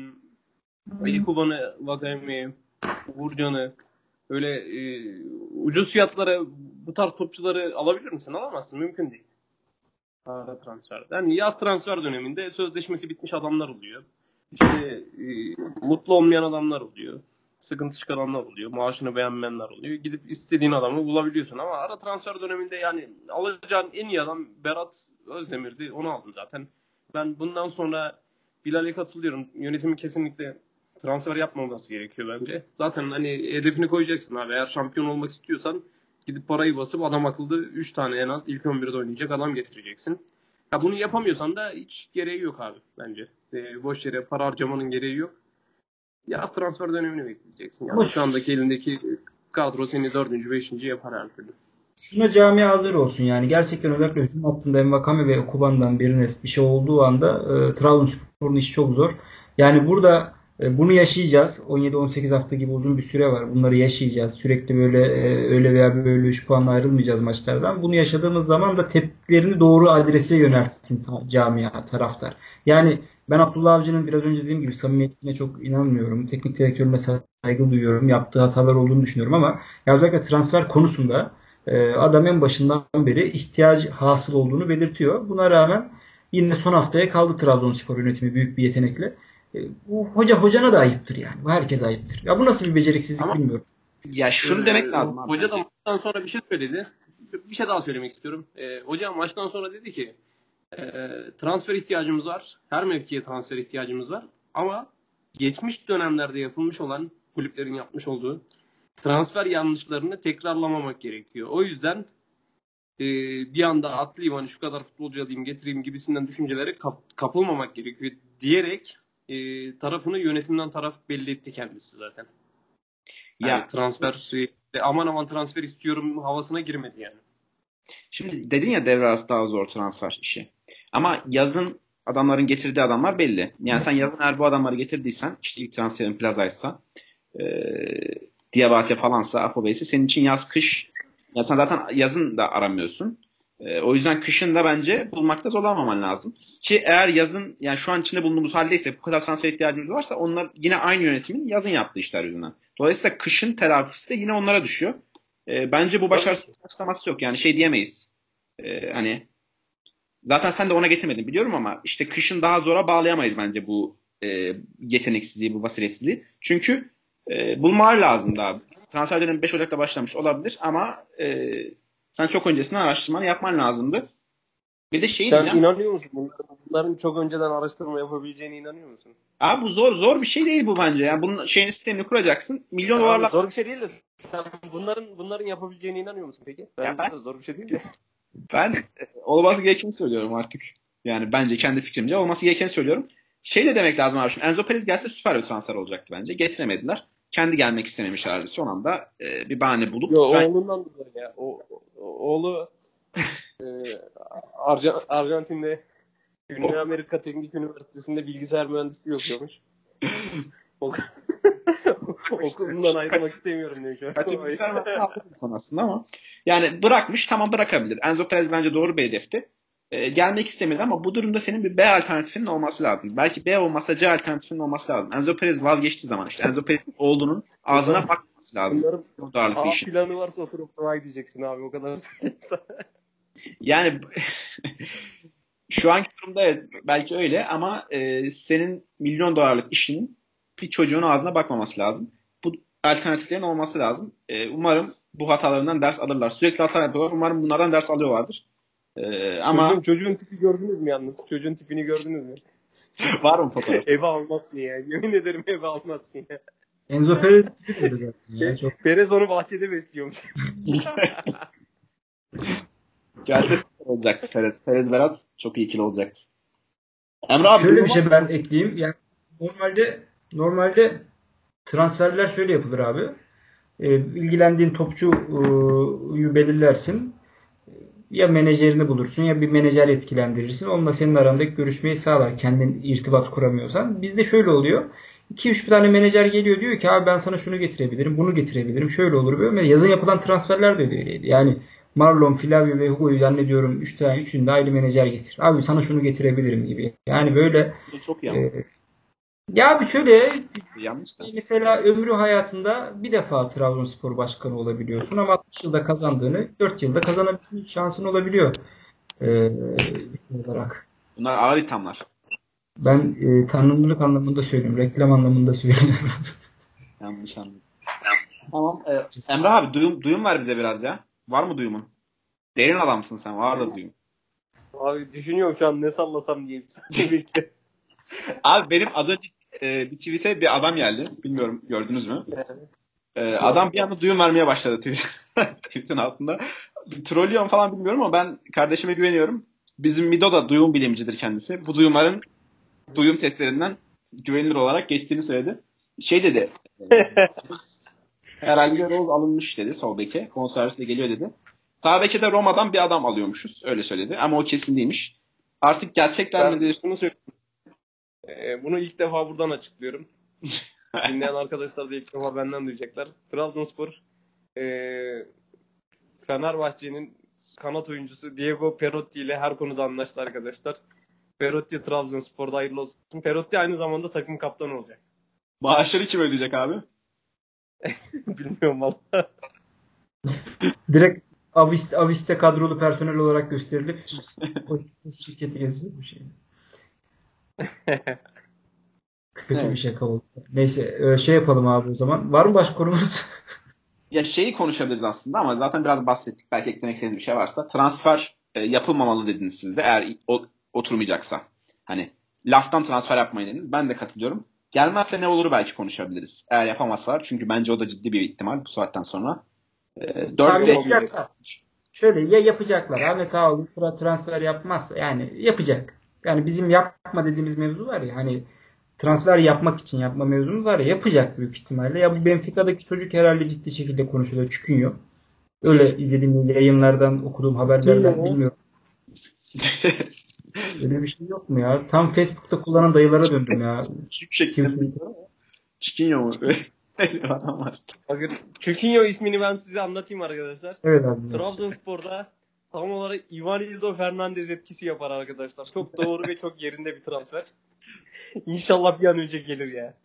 Ekuban'ı, Vakayeme'yi, Uğurcan'ı öyle ucuz fiyatlara bu tarz topçuları alabilir misin? Alamazsın. Mümkün değil. Ara transferde. Yani yaz transfer döneminde sözleşmesi bitmiş adamlar oluyor. İşte mutlu olmayan adamlar oluyor. Sıkıntı çıkaranlar oluyor. Maaşını beğenmeyenler oluyor. Gidip istediğin adamı bulabiliyorsun. Ama ara transfer döneminde yani alacağın en iyi adam Berat Özdemir'di. Onu aldım zaten. Ben bundan sonra Bilal'e katılıyorum. Yönetimin kesinlikle transfer yapmaması gerekiyor bence. Zaten hani hedefini koyacaksın abi. Eğer şampiyon olmak istiyorsan gidip parayı basıp adam akıllı 3 tane en az ilk 11'de oynayacak adam getireceksin. Ya bunu yapamıyorsan da hiç gereği yok abi bence. Boş yere para harcamanın gereği yok. Yaz transfer dönemini bekleyeceksin. Ama Yani şu andaki elindeki kadro seni 4. 5. yapar her türlü. şuna camia hazır olsun yani. Gerçekten özellikle hücum hattında Envakame ve Okuban'dan birine bir şey olduğu anda Trabzonspor'un işi çok zor. Yani burada bunu yaşayacağız. 17-18 hafta gibi uzun bir süre var. Bunları yaşayacağız. Sürekli böyle öyle veya böyle 3 puanla ayrılmayacağız maçlardan. Bunu yaşadığımız zaman da tepkilerini doğru adrese yöneltsin camia, taraftar. Yani ben Abdullah Avcı'nın biraz önce dediğim gibi samimiyetine çok inanmıyorum. Teknik direktörüne saygı duyuyorum. Yaptığı hatalar olduğunu düşünüyorum ama ya özellikle transfer konusunda adam en başından beri ihtiyaç hasıl olduğunu belirtiyor. Buna rağmen yine son haftaya kaldı Trabzonspor yönetimi büyük bir yetenekle. Bu hocana da ayıptır yani. Bu herkese ayıptır. Ya bu nasıl bir beceriksizlik Ama bilmiyorum. Ya şunu demek lazım abi hoca da bence. maçtan sonra bir şey söyledi. Bir şey daha söylemek istiyorum. Hoca maçtan sonra dedi ki transfer ihtiyacımız var. Her mevkiye transfer ihtiyacımız var. Ama geçmiş dönemlerde yapılmış olan kulüplerin yapmış olduğu transfer yanlışlarını tekrarlamamak gerekiyor. O yüzden bir anda atlayayım hani şu kadar futbolcu alayım getireyim gibisinden düşüncelere kapılmamak gerekiyor diyerek tarafını yönetimden taraf belli etti kendisi zaten. Yani Ya transfer aman aman transfer istiyorum havasına girmedi yani. şimdi dedin ya devre arası daha zor transfer işi. Ama yazın adamların getirdiği adamlar belli. Yani sen yazın eğer bu adamları getirdiysen işte ilk transferin Plaza'ysa Diabate falansa Apobey'si senin için yaz kış ya sen zaten yazın da aramıyorsun. O yüzden kışın da bence bulmakta zorlanmaman lazım. Ki eğer yazın yani şu an içinde bulunduğumuz haldeyse bu kadar transfer ihtiyacımız varsa onlar yine aynı yönetimin yazın yaptığı işler yüzünden. Dolayısıyla kışın telafisi de yine onlara düşüyor. Bence bu Tabii başarısız ki. açıklaması yok. Yani şey diyemeyiz. Hani zaten sen de ona getirmedin biliyorum ama işte kışın daha zora bağlayamayız bence bu yeteneksizliği, bu basiretsizliği. Çünkü bulmalar lazım daha. Transfer dönemi 5 Ocak'ta başlamış olabilir ama sen çok öncesinden araştırmanı yapman lazımdı. Bir de şey Sen diyeceğim. inanıyor musun? Bunların çok önceden araştırma yapabileceğine inanıyor musun? Abi bu zor bir şey değil bu bence. Yani bunun şeyin sistemini kuracaksın. Milyon Tamam, dolarlar. zor bir şey değil de sen bunların yapabileceğine inanıyor musun peki? Ya Bence de zor bir şey değil de. ben olması gerekeni söylüyorum artık. Yani bence kendi fikrimce olması gerekeni söylüyorum. Şey de demek lazım abi. Şimdi Enzo Perez gelse süper bir transfer olacaktı bence. Getiremediler. Kendi gelmek istememişlerdi. Son anda bir bahane bulup Yo, şu an oğlundan dolayı ya. Oğlu e, Arjantin'de Güney Amerika Teknik Üniversitesi'nde bilgisayar mühendisliği okuyormuş. Ok- Okulundan ayrılmak istemiyorum diyor şu an. kaçırmak istemezsin aldı bu konu aslında ama yani bırakmış tamam bırakabilir. Enzo Perez bence doğru bir hedefti. Gelmek istemedi ama bu durumda senin bir B alternatifinin olması lazım. Belki B olmasa C alternatifinin olması lazım. Enzo Perez vazgeçtiği zaman işte Enzo Perez'in oğlunun ağzına bakması lazım. Bunların O darlık bir A işin. planı varsa oturup dua diyeceksin abi o kadar söyleyeyim sana. Yani şu anki durumda evet, belki öyle ama senin milyon dolarlık işinin bir çocuğun ağzına bakmaması lazım. Bu alternatiflerin olması lazım. Umarım bu hatalarından ders alırlar. Sürekli hata yapıyorlar. Umarım bunlardan ders alıyorlardır. Ama Çocuğun tipi gördünüz mü yalnız? Çocuğun tipini gördünüz mü? var mı fotoğraf? Eve almazsın ya. Yemin ederim eve almazsın ya. Enzo Perez tipi de öyle zaten ya. Çok Perez onu bahçede besliyormuş. Gelse olacak Perez. Perez Berat çok iyi ikili olacaktı. Emre abi şöyle bir duyuyor şey ben ekleyeyim. Yani normalde transferler şöyle yapılır abi. İlgilendiğin topçuyu belirlersin. Ya menajerini bulursun ya bir menajer etkilendirirsin. Onunla senin arandaki görüşmeyi sağlar. Kendin irtibat kuramıyorsan. Bizde şöyle oluyor. 2-3 tane menajer geliyor diyor ki abi ben sana şunu getirebilirim, bunu getirebilirim. Şöyle olur böyle. Yazın yapılan transferler de öyleydi. Yani Marlon, Flavio ve Hugo'yu zannediyorum 3 tane üçünü de ayrı menajer getir. Abi sana şunu getirebilirim gibi. Yani böyle musun? Çok iyi ama. ya abi şöyle Yanlış da. mesela ömrü hayatında bir defa Trabzonspor başkanı olabiliyorsun ama 60 yılda kazandığını 4 yılda kazanabilme şansın olabiliyor olarak. Bunlar ağır ithamlar. Ben tanınırlık anlamında söylüyorum. Reklam anlamında söylüyorum. Yanlış anladım. Tamam. Emre abi duyum ver bize biraz ya. Var mı duyumun? Derin adamsın sen. Var da duyum. Abi düşünüyorum şu an ne sallasam diye. Sadece bekle. Abi benim az önce bir tweet'e bir adam geldi. Bilmiyorum gördünüz mü? Adam bir anda duyum vermeye başladı tweet'in altında. Trollüyorum falan bilmiyorum ama ben kardeşime güveniyorum. Bizim Mido da duyum bilimcidir kendisi. Bu duyumların duyum testlerinden güvenilir olarak geçtiğini söyledi. Şey dedi. Herhalde Rose alınmış dedi sol beke. Bonservisle geliyor dedi. Sağ beke de Roma'dan bir adam alıyormuşuz. Öyle söyledi. Ama o kesin değilmiş. Artık gerçekler Ben midir? bunu söyleyeyim. Bunu ilk defa buradan açıklıyorum. Dinleyen arkadaşlar da ilk defa benden duyacaklar. Trabzonspor Fenerbahçe'nin kanat oyuncusu Diego Perotti ile her konuda anlaştı arkadaşlar. Perotti Trabzonspor'da hayırlı olsun. Perotti aynı zamanda takım kaptanı olacak. Maaşları kim ödeyecek abi? Bilmiyorum valla. Direkt Aviste kadrolu personel olarak gösterilip o şirketi gezecek bu şey. Kötü bir Evet. şaka oldu. Neyse şey yapalım abi o zaman. Var mı başka konumuz? Ya şeyi konuşabiliriz aslında ama zaten biraz bahsettik. Belki eklemek istediğiniz bir şey varsa. Transfer yapılmamalı dediniz siz de eğer oturmayacaksa. Hani laftan transfer yapmayın dediniz. Ben de katılıyorum. Gelmezse ne olur belki konuşabiliriz. Eğer yapamazsalar. Çünkü bence o da ciddi bir ihtimal bu saatten sonra. Abi 4-5 yapacaklar. Şöyle ya yapacaklar. Ahmet Ağaoğlu transfer yapmazsa yani yapacak. Yani bizim yapma dediğimiz mevzu var ya hani transfer yapmak için yapma mevzumuz var ya yapacak büyük ihtimalle. Ya bu Benfica'daki çocuk herhalde ciddi şekilde konuşuluyor. Çıkıyor. Öyle izlediğim yayınlardan okuduğum haberlerden Kim bilmiyorum. Öyle bir şey yok mu ya? Tam Facebook'ta kullanan dayılara döndüm ya. küçük şekilde mi Twitter. bilmiyorum ama Chiquinho mu? Öyle bir adam var. Bakın Çukinyo ismini ben size anlatayım arkadaşlar. Evet abi. Trabzonspor'da tam olarak Ivanildo Fernandez etkisi yapar arkadaşlar. Çok doğru ve çok yerinde bir transfer. İnşallah bir an önce gelir ya.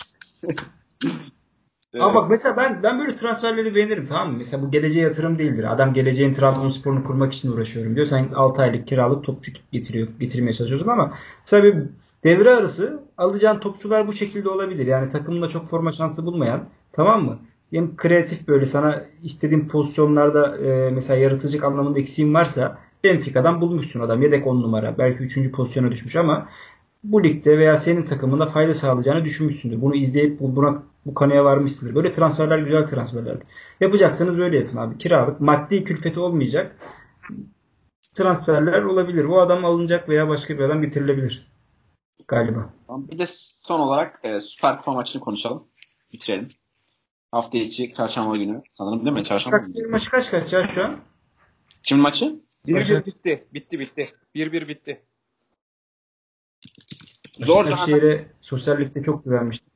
Ama bak mesela ben böyle transferleri beğenirim tamam mı? Mesela bu geleceğe yatırım değildir. Adam geleceğin Trabzonspor'unu kurmak için uğraşıyorum diyor. Sen 6 aylık kiralık topçu getirmeye çalışıyorsun ama mesela bir devre arası alacağın topçular bu şekilde olabilir. Yani takımında çok forma şansı bulmayan tamam mı? Hem kreatif böyle sana istediğin pozisyonlarda mesela yaratıcılık anlamında eksiğin varsa Benfica'dan bulmuşsun adam. Yedek 10 numara. Belki 3. pozisyona düşmüş ama bu ligde veya senin takımında fayda sağlayacağını düşünmüşsündür. Bunu izleyip bu kanıya varmışsındır. Böyle transferler güzel transferlerdir. Yapacaksanız böyle yapın abi. Kiralık, maddi külfeti olmayacak transferler olabilir. O adam alınacak veya başka bir adam getirilebilir galiba. Tamam. Bir de son olarak Süper Kupa maçını konuşalım. Bitirelim. Hafta içi çarşamba günü. Sanırım değil mi? Çarşamba günü. Başakşehir maçı kaç ya şu an? Kimin maçı? 1-1 bitti. Bitti. 1-1 bitti. Zor dönemden, Başakşehir'e sosyal ligde çok güvenmiştim.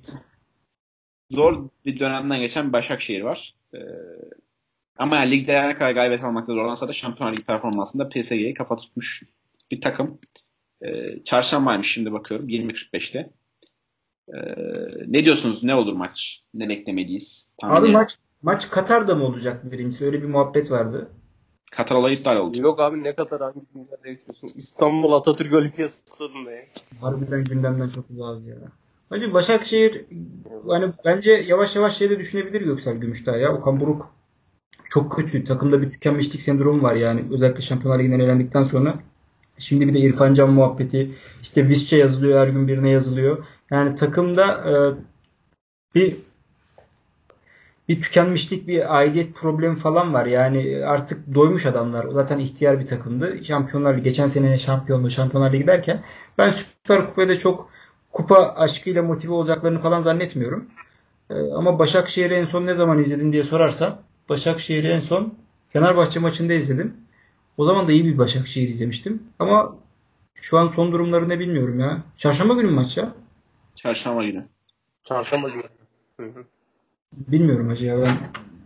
zor bir dönemden geçen bir Başakşehir var. Ama yani ligde ne kadar galibiyet almakta zorlansa da Şampiyonlar Ligi performansında PSG'yi kafa tutmuş bir takım. Çarşambaymış şimdi bakıyorum 20.45'te. Ne diyorsunuz? Ne olur maç? Ne beklemeliyiz? Abi Tahmini. maç Katar'da mı olacak birincisi? Öyle bir muhabbet vardı. Katar olayı iptal oldu. Yok abi ne kadar hangi günlerde yaşıyorsun? İstanbul Atatürk Olimpiyat Stadı'nda ya. Harbiden gündemden çok uzağız ya. Hacı Başakşehir hani bence yavaş yavaş şeyde düşünebilir Göksel Gümüşdağ ya. Okan Buruk çok kötü. Takımda bir tükenmişlik sendromu var yani. Özellikle Şampiyonlar Ligi'nden elendikten sonra. Şimdi bir de İrfan Can muhabbeti. İşte Visca yazılıyor, her gün birine yazılıyor. Yani takımda bir tükenmişlik, bir aidiyet problemi falan var. Yani artık doymuş adamlar. Zaten ihtiyar bir takımdı. Şampiyonlar Ligi, geçen sene şampiyonluğu, Şampiyonlar Ligi derken ben Süper Kupa'da da çok kupa aşkıyla motive olacaklarını falan zannetmiyorum. Ama Başakşehir'i en son ne zaman izledin diye sorarsan, Başakşehir'i en son Fenerbahçe maçında izledim. O zaman da iyi bir Başakşehir izlemiştim. Ama şu an son durumları ne bilmiyorum ya. Çarşamba günü mü maç ya? Çarşamba günü. Çarşamba günü. Hı hı. Bilmiyorum hacı ya. Ben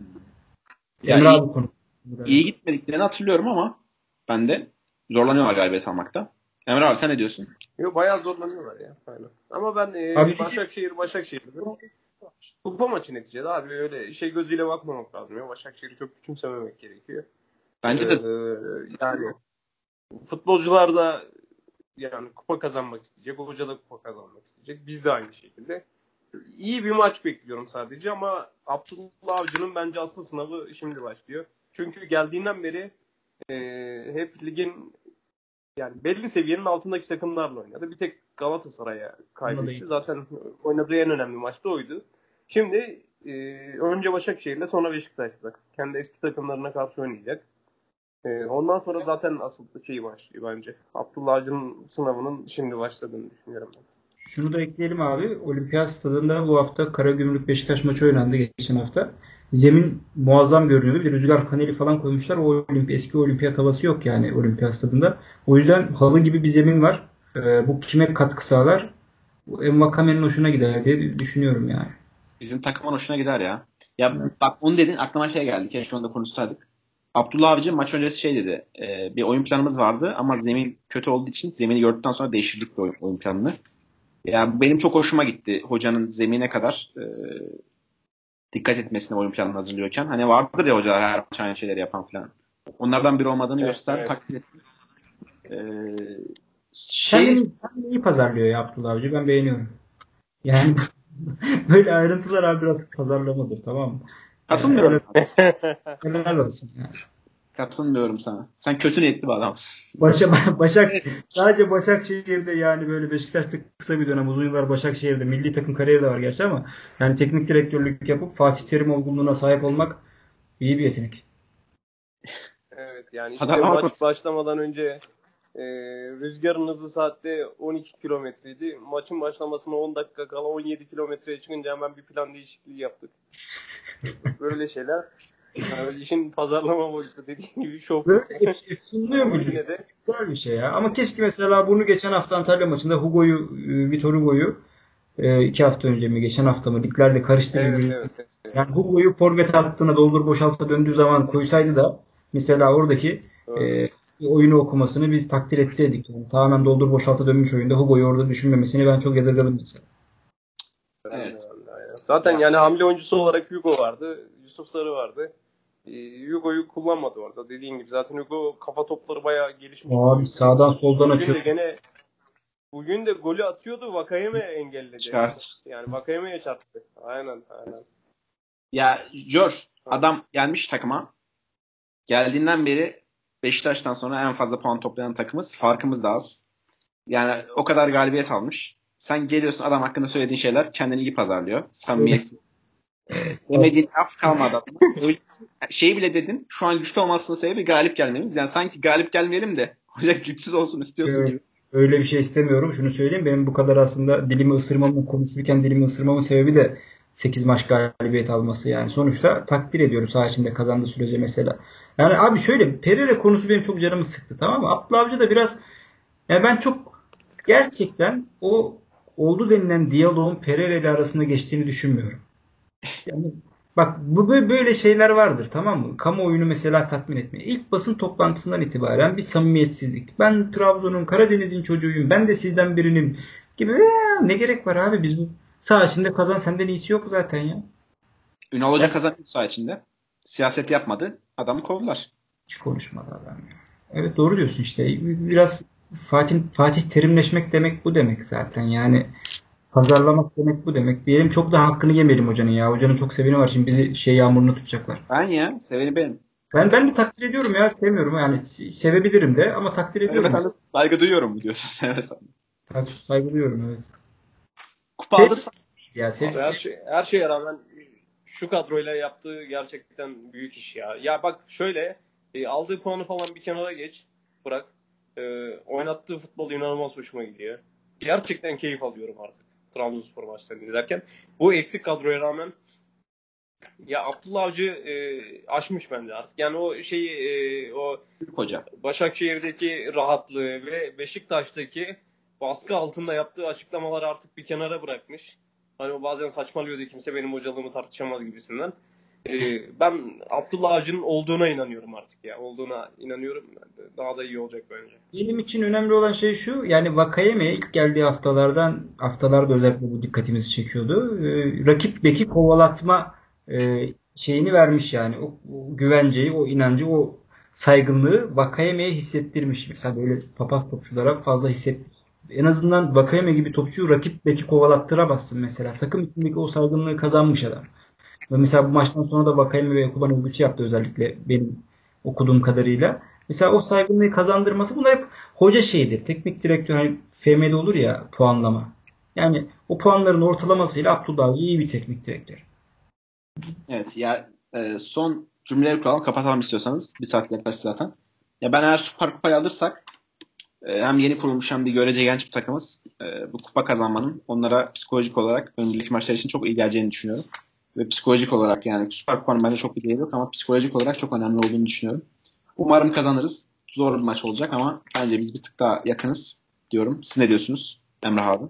Ya Emre abi konu. iyi gitmediklerini hatırlıyorum ama ben de zorlanıyorlar galibiyet almakta. Emre abi sen ne diyorsun? Yo, bayağı zorlanıyorlar ya. Aynen. Ama ben Abi Başakşehir'de kupa maçı neticede abi, öyle şey gözüyle bakmamak lazım ya. Başakşehir'i çok küçümsememek gerekiyor. Bence de Yani futbolcular da yani kupa kazanmak isteyecek, hoca da kupa kazanmak isteyecek. Biz de aynı şekilde. İyi bir maç bekliyorum sadece ama Abdullah Avcı'nın bence asıl sınavı şimdi başlıyor. Çünkü geldiğinden beri hep ligin yani belli seviyenin altındaki takımlarla oynadı. Bir tek Galatasaray'a kaybetti. Zaten oynadığı en önemli maç da oydu. Şimdi önce Başakşehir'le sonra Beşiktaş'la kendi eski takımlarına karşı oynayacak. Ondan sonra zaten asıl şeyi başlıyor bence. Abdullah Avcı'nın sınavının şimdi başladığını düşünüyorum ben. Şunu da ekleyelim abi. Olimpiyat stadında bu hafta Karagümrük Beşiktaş maçı oynandı geçen hafta. Zemin muazzam görünüyordu. Bir de rüzgar paneli falan koymuşlar. O eski olimpiyat havası yok yani olimpiyat stadında. O yüzden halı gibi bir zemin var. Bu kime katkı sağlar? Bu Envakame'nin hoşuna gider diye düşünüyorum yani. bizim takımın hoşuna gider ya. Ya bak onu dedin aklıma şey geldi. Keşke onu da konuşsaydık. Abdullah Avcı maç öncesi şey dedi. Bir oyun planımız vardı ama zemin kötü olduğu için zemini gördükten sonra değiştirdik oyun planını. Ya benim çok hoşuma gitti hocanın zemine kadar dikkat etmesine oyun planını hazırlıyorken. Hani vardır ya hocalar her maç aynı şeyleri yapan falan. Onlardan biri olmadığını gösterdi. Evet. Takdir ettim. Şey Kendini iyi pazarlıyor ya Abdullah Avcı. Ben beğeniyorum. Yani böyle ayrıntılar abi biraz pazarlamadır, tamam mı? katılmıyorum. Helal olsun yani. Katılmıyorum sana. Sen kötü niyetli bir adamsın. Sadece Başakşehir'de yani böyle Beşiktaş'ta kısa bir dönem uzun yıllar Başakşehir'de milli takım kariyeri de var gerçi ama yani teknik direktörlük yapıp Fatih Terim olgunluğuna sahip olmak iyi bir yetenek. Evet yani işte Adama maç bak. başlamadan önce rüzgarın hızı saatte 12 kilometreydi. Maçın başlamasına 10 dakika kala 17 kilometreye çıkınca hemen bir plan değişikliği yaptık. Böyle şeyler. Yani işin pazarlama boyutu dediğim gibi şov. Böyle efsunluyor Ama mu? yine de Güzel bir şey ya. Ama keşke mesela bunu geçen hafta Antalya maçında Vitor Hugo'yu 2 hafta önce mi geçen hafta mı liglerle karıştı birbirine. evet. Yani Hugo'yu forvet hattına doldur boşalta döndüğü zaman koysaydı da mesela oradaki Doğru. e, oyunu okumasını biz takdir etseydik. Yani tamamen doldur boşalta dönmüş oyunda Hugo'yu orada düşünmemesini ben çok yadırgadım mesela. Evet. Aynen. Zaten Ya, yani hamle oyuncusu olarak Hugo vardı. Yusuf Sarı vardı. Hugo'yu kullanmadı orada. Dediğin gibi zaten Hugo kafa topları bayağı gelişmiş bir Abi oyuncu. sağdan soldan Bugün açıyor. de gene Bugün de golü atıyordu. Vakayeme engelledi. çıkart. Yani Vakayeme'ye çarptı. Aynen. Ya George adam gelmiş takıma. Geldiğinden beri Beşiktaş'tan sonra en fazla puan toplayan takımız. Farkımız da az. Yani o kadar galibiyet almış. Sen geliyorsun adam hakkında söylediğin şeyler kendini iyi pazarlıyor. Samimiyet. Demediğin laf kalmadı adama. Öyle şey bile dedin. Şu an güçlü olmasının sebebi galip gelmemiz. Yani sanki galip gelmeyelim de hoca güçsüz olsun istiyorsun gibi. Öyle bir şey istemiyorum. Şunu söyleyeyim. Benim bu kadar aslında konuşurken dilimi ısırmamın sebebi de 8 maç galibiyet alması yani. Sonuçta takdir ediyorum saha içinde kazandığı sürece mesela. Yani abi şöyle Pereira konusu benim çok canımı sıktı, tamam mı? Abdullah Avcı da biraz yani ben çok gerçekten o oldu denilen diyaloğun Pereira ile arasında geçtiğini düşünmüyorum. Yani bak bu böyle şeyler vardır, tamam mı? Kamuoyunu mesela tatmin etmeye. İlk basın toplantısından itibaren bir samimiyetsizlik. Ben Trabzon'un Karadeniz'in çocuğuyum. Ben de sizden birinim gibi. Ne gerek var abi, biz bu saha içinde kazan senden iyisi yok zaten ya. Ünal Hoca Bak, kazanıyor saha içinde. Siyaset yapmadı. Adamı kovdular. hiç konuşmadı adam ya. Evet, doğru diyorsun işte. Biraz Fatih terimleşmek demek bu demek zaten. Yani Pazarlamak demek bu demek. Diyelim çok da hakkını yemeyelim hocanın ya. Hocanın çok seveni var. Şimdi bizi yağmurunu tutacaklar. Ben ya. Seveni benim. Ben de takdir ediyorum ya. Sevmiyorum yani. Sevebilirim de ama takdir Evet, ediyorum. ben de saygı duyuyorum diyorsun. Sevmesen. Saygı duyuyorum, evet. Kupa alırsak Ya Abi her şeye rağmen şu kadroyla yaptığı gerçekten büyük iş ya. Ya bak şöyle aldığı puanı falan bir kenara geç. Bırak. Oynattığı futbol inanılmaz hoşuma gidiyor. Gerçekten keyif alıyorum artık Trabzonspor maçlarını izlerken. Bu eksik kadroya rağmen ya Abdullah Avcı aşmış bence artık. Yani o şeyi o hoca. Başakşehir'deki rahatlığı ve Beşiktaş'taki baskı altında yaptığı açıklamaları artık bir kenara bırakmış. Hani o bazen saçmalıyordu, kimse benim hocalığımı tartışamaz gibisinden. Ben Abdullah Avcı'nın olduğuna inanıyorum artık ya. Olduğuna inanıyorum. Daha da iyi olacak bence. Benim için önemli olan şey şu. Yani Vakayeme ilk geldiği haftalarda özellikle bu dikkatimizi çekiyordu. Rakip beki kovalatma şeyini vermiş yani. O güvenceyi, o inancı, o saygınlığı Vakayeme'ye hissettirmiş. Mesela böyle papaz topçulara fazla en azından Vakayeme gibi topçuyu rakip beki kovalattıramazsın mesela. Takım içindeki o saygınlığı kazanmış adam. Ve mesela bu maçtan sonra da Vakayeme ve Ekuban övgüsü yaptı, özellikle benim okuduğum kadarıyla. Mesela o saygınlığı kazandırması, bunlar hep hoca şeyidir. Teknik direktör, hani FM'de olur ya puanlama. Yani o puanların ortalamasıyla Abdullah Avcı iyi bir teknik direktör. Evet ya, son cümleleri kuralım, kapatalım istiyorsanız. Bir saat yaklaştı zaten. Ya ben eğer Süper Kupayı alırsak hem yeni kurulmuş hem de görece genç bir takımız. Bu kupa kazanmanın onlara psikolojik olarak önümüzdeki maçlar için çok iyi geleceğini düşünüyorum. Ve psikolojik olarak, yani Süper Kupa'nın bence çok bir değeri yok ama psikolojik olarak çok önemli olduğunu düşünüyorum. Umarım kazanırız. Zor bir maç olacak ama bence biz bir tık daha yakınız diyorum. Siz ne diyorsunuz Emrah abi?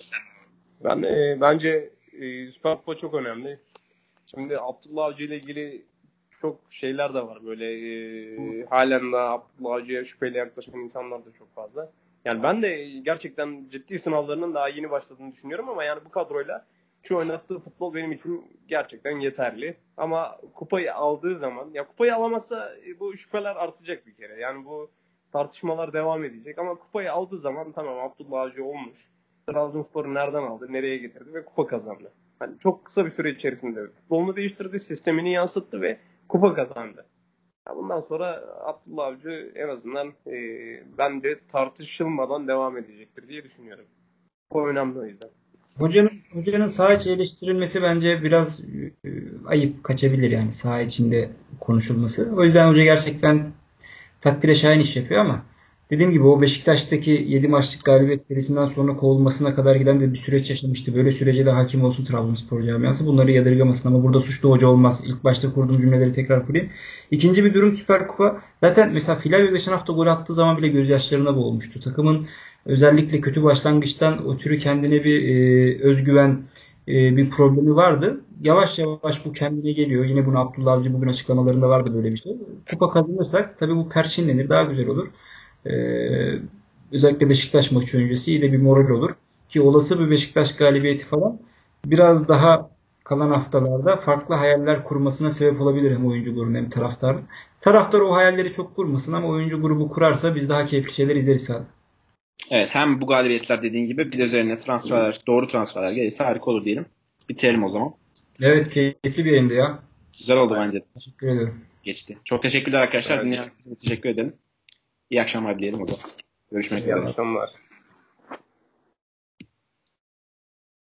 Bence Süper Kupa çok önemli. Şimdi Abdullah Avcı ile ilgili çok şeyler de var. Böyle halen daha Abdullah Avcı'ya şüpheyle yaklaşan insanlar da çok fazla. Yani ben de gerçekten ciddi sınavlarının daha yeni başladığını düşünüyorum ama yani bu kadroyla şu oynattığı futbol benim için gerçekten yeterli. Ama kupayı aldığı zaman, ya kupayı alamazsa bu şüpheler artacak bir kere. Yani bu tartışmalar devam edecek ama kupayı aldığı zaman tamam, Abdullah Avcı olmuş. Trabzonspor'u nereden aldı, nereye getirdi ve kupa kazandı. Hani çok kısa bir süre içerisinde futbolunu değiştirdi, sistemini yansıttı ve kupa kazandı. Bundan sonra Abdullah Avcı en azından bence tartışılmadan devam edecektir diye düşünüyorum. Bu önemli o yüzden. Hocanın saha içi eleştirilmesi bence biraz ayıp kaçabilir, yani saha içinde konuşulması. O yüzden hoca gerçekten takdire şayan iş yapıyor ama dediğim gibi o Beşiktaş'taki 7 maçlık galibiyet serisinden sonra kovulmasına kadar giden de bir süreç yaşamıştı. Böyle sürece de hakim olsun Trabzonspor camiası. Bunları yadırgamasın ama burada suçlu hoca olmaz. İlk başta kurduğum cümleleri tekrar kurayım. İkinci bir durum, Süper Kupa. Zaten mesela Flavio geçen hafta gol attığı zaman bile gözyaşlarına boğulmuştu. Takımın özellikle kötü başlangıçtan ötürü kendine bir özgüven, bir problemi vardı. Yavaş yavaş bu kendine geliyor. Yine bunu Abdullah Avcı bugün açıklamalarında vardı böyle bir şey. Kupa kazanırsak tabii bu perçinlenir, daha güzel olur. Özellikle Beşiktaş maçı öncesi iyi de bir moral olur. Ki olası bir Beşiktaş galibiyeti falan biraz daha kalan haftalarda farklı hayaller kurmasına sebep olabilir hem oyuncu grubunun hem taraftarın. Taraftar o hayalleri çok kurmasın ama oyuncu grubu kurarsa biz daha keyifli şeyler izleriz sahada. Evet, hem bu galibiyetler dediğin gibi bir de üzerine transferler, doğru transferler gelirse harika olur diyelim. Bitirelim o zaman. Evet, keyifli bir yayındı ya. Güzel oldu bence. Teşekkür ederim. Geçti. Çok teşekkürler arkadaşlar. Evet. Dinleyen herkese teşekkür ederim. İyi akşamlar dileyelim o zaman. Görüşmek İyi üzere. akşamlar.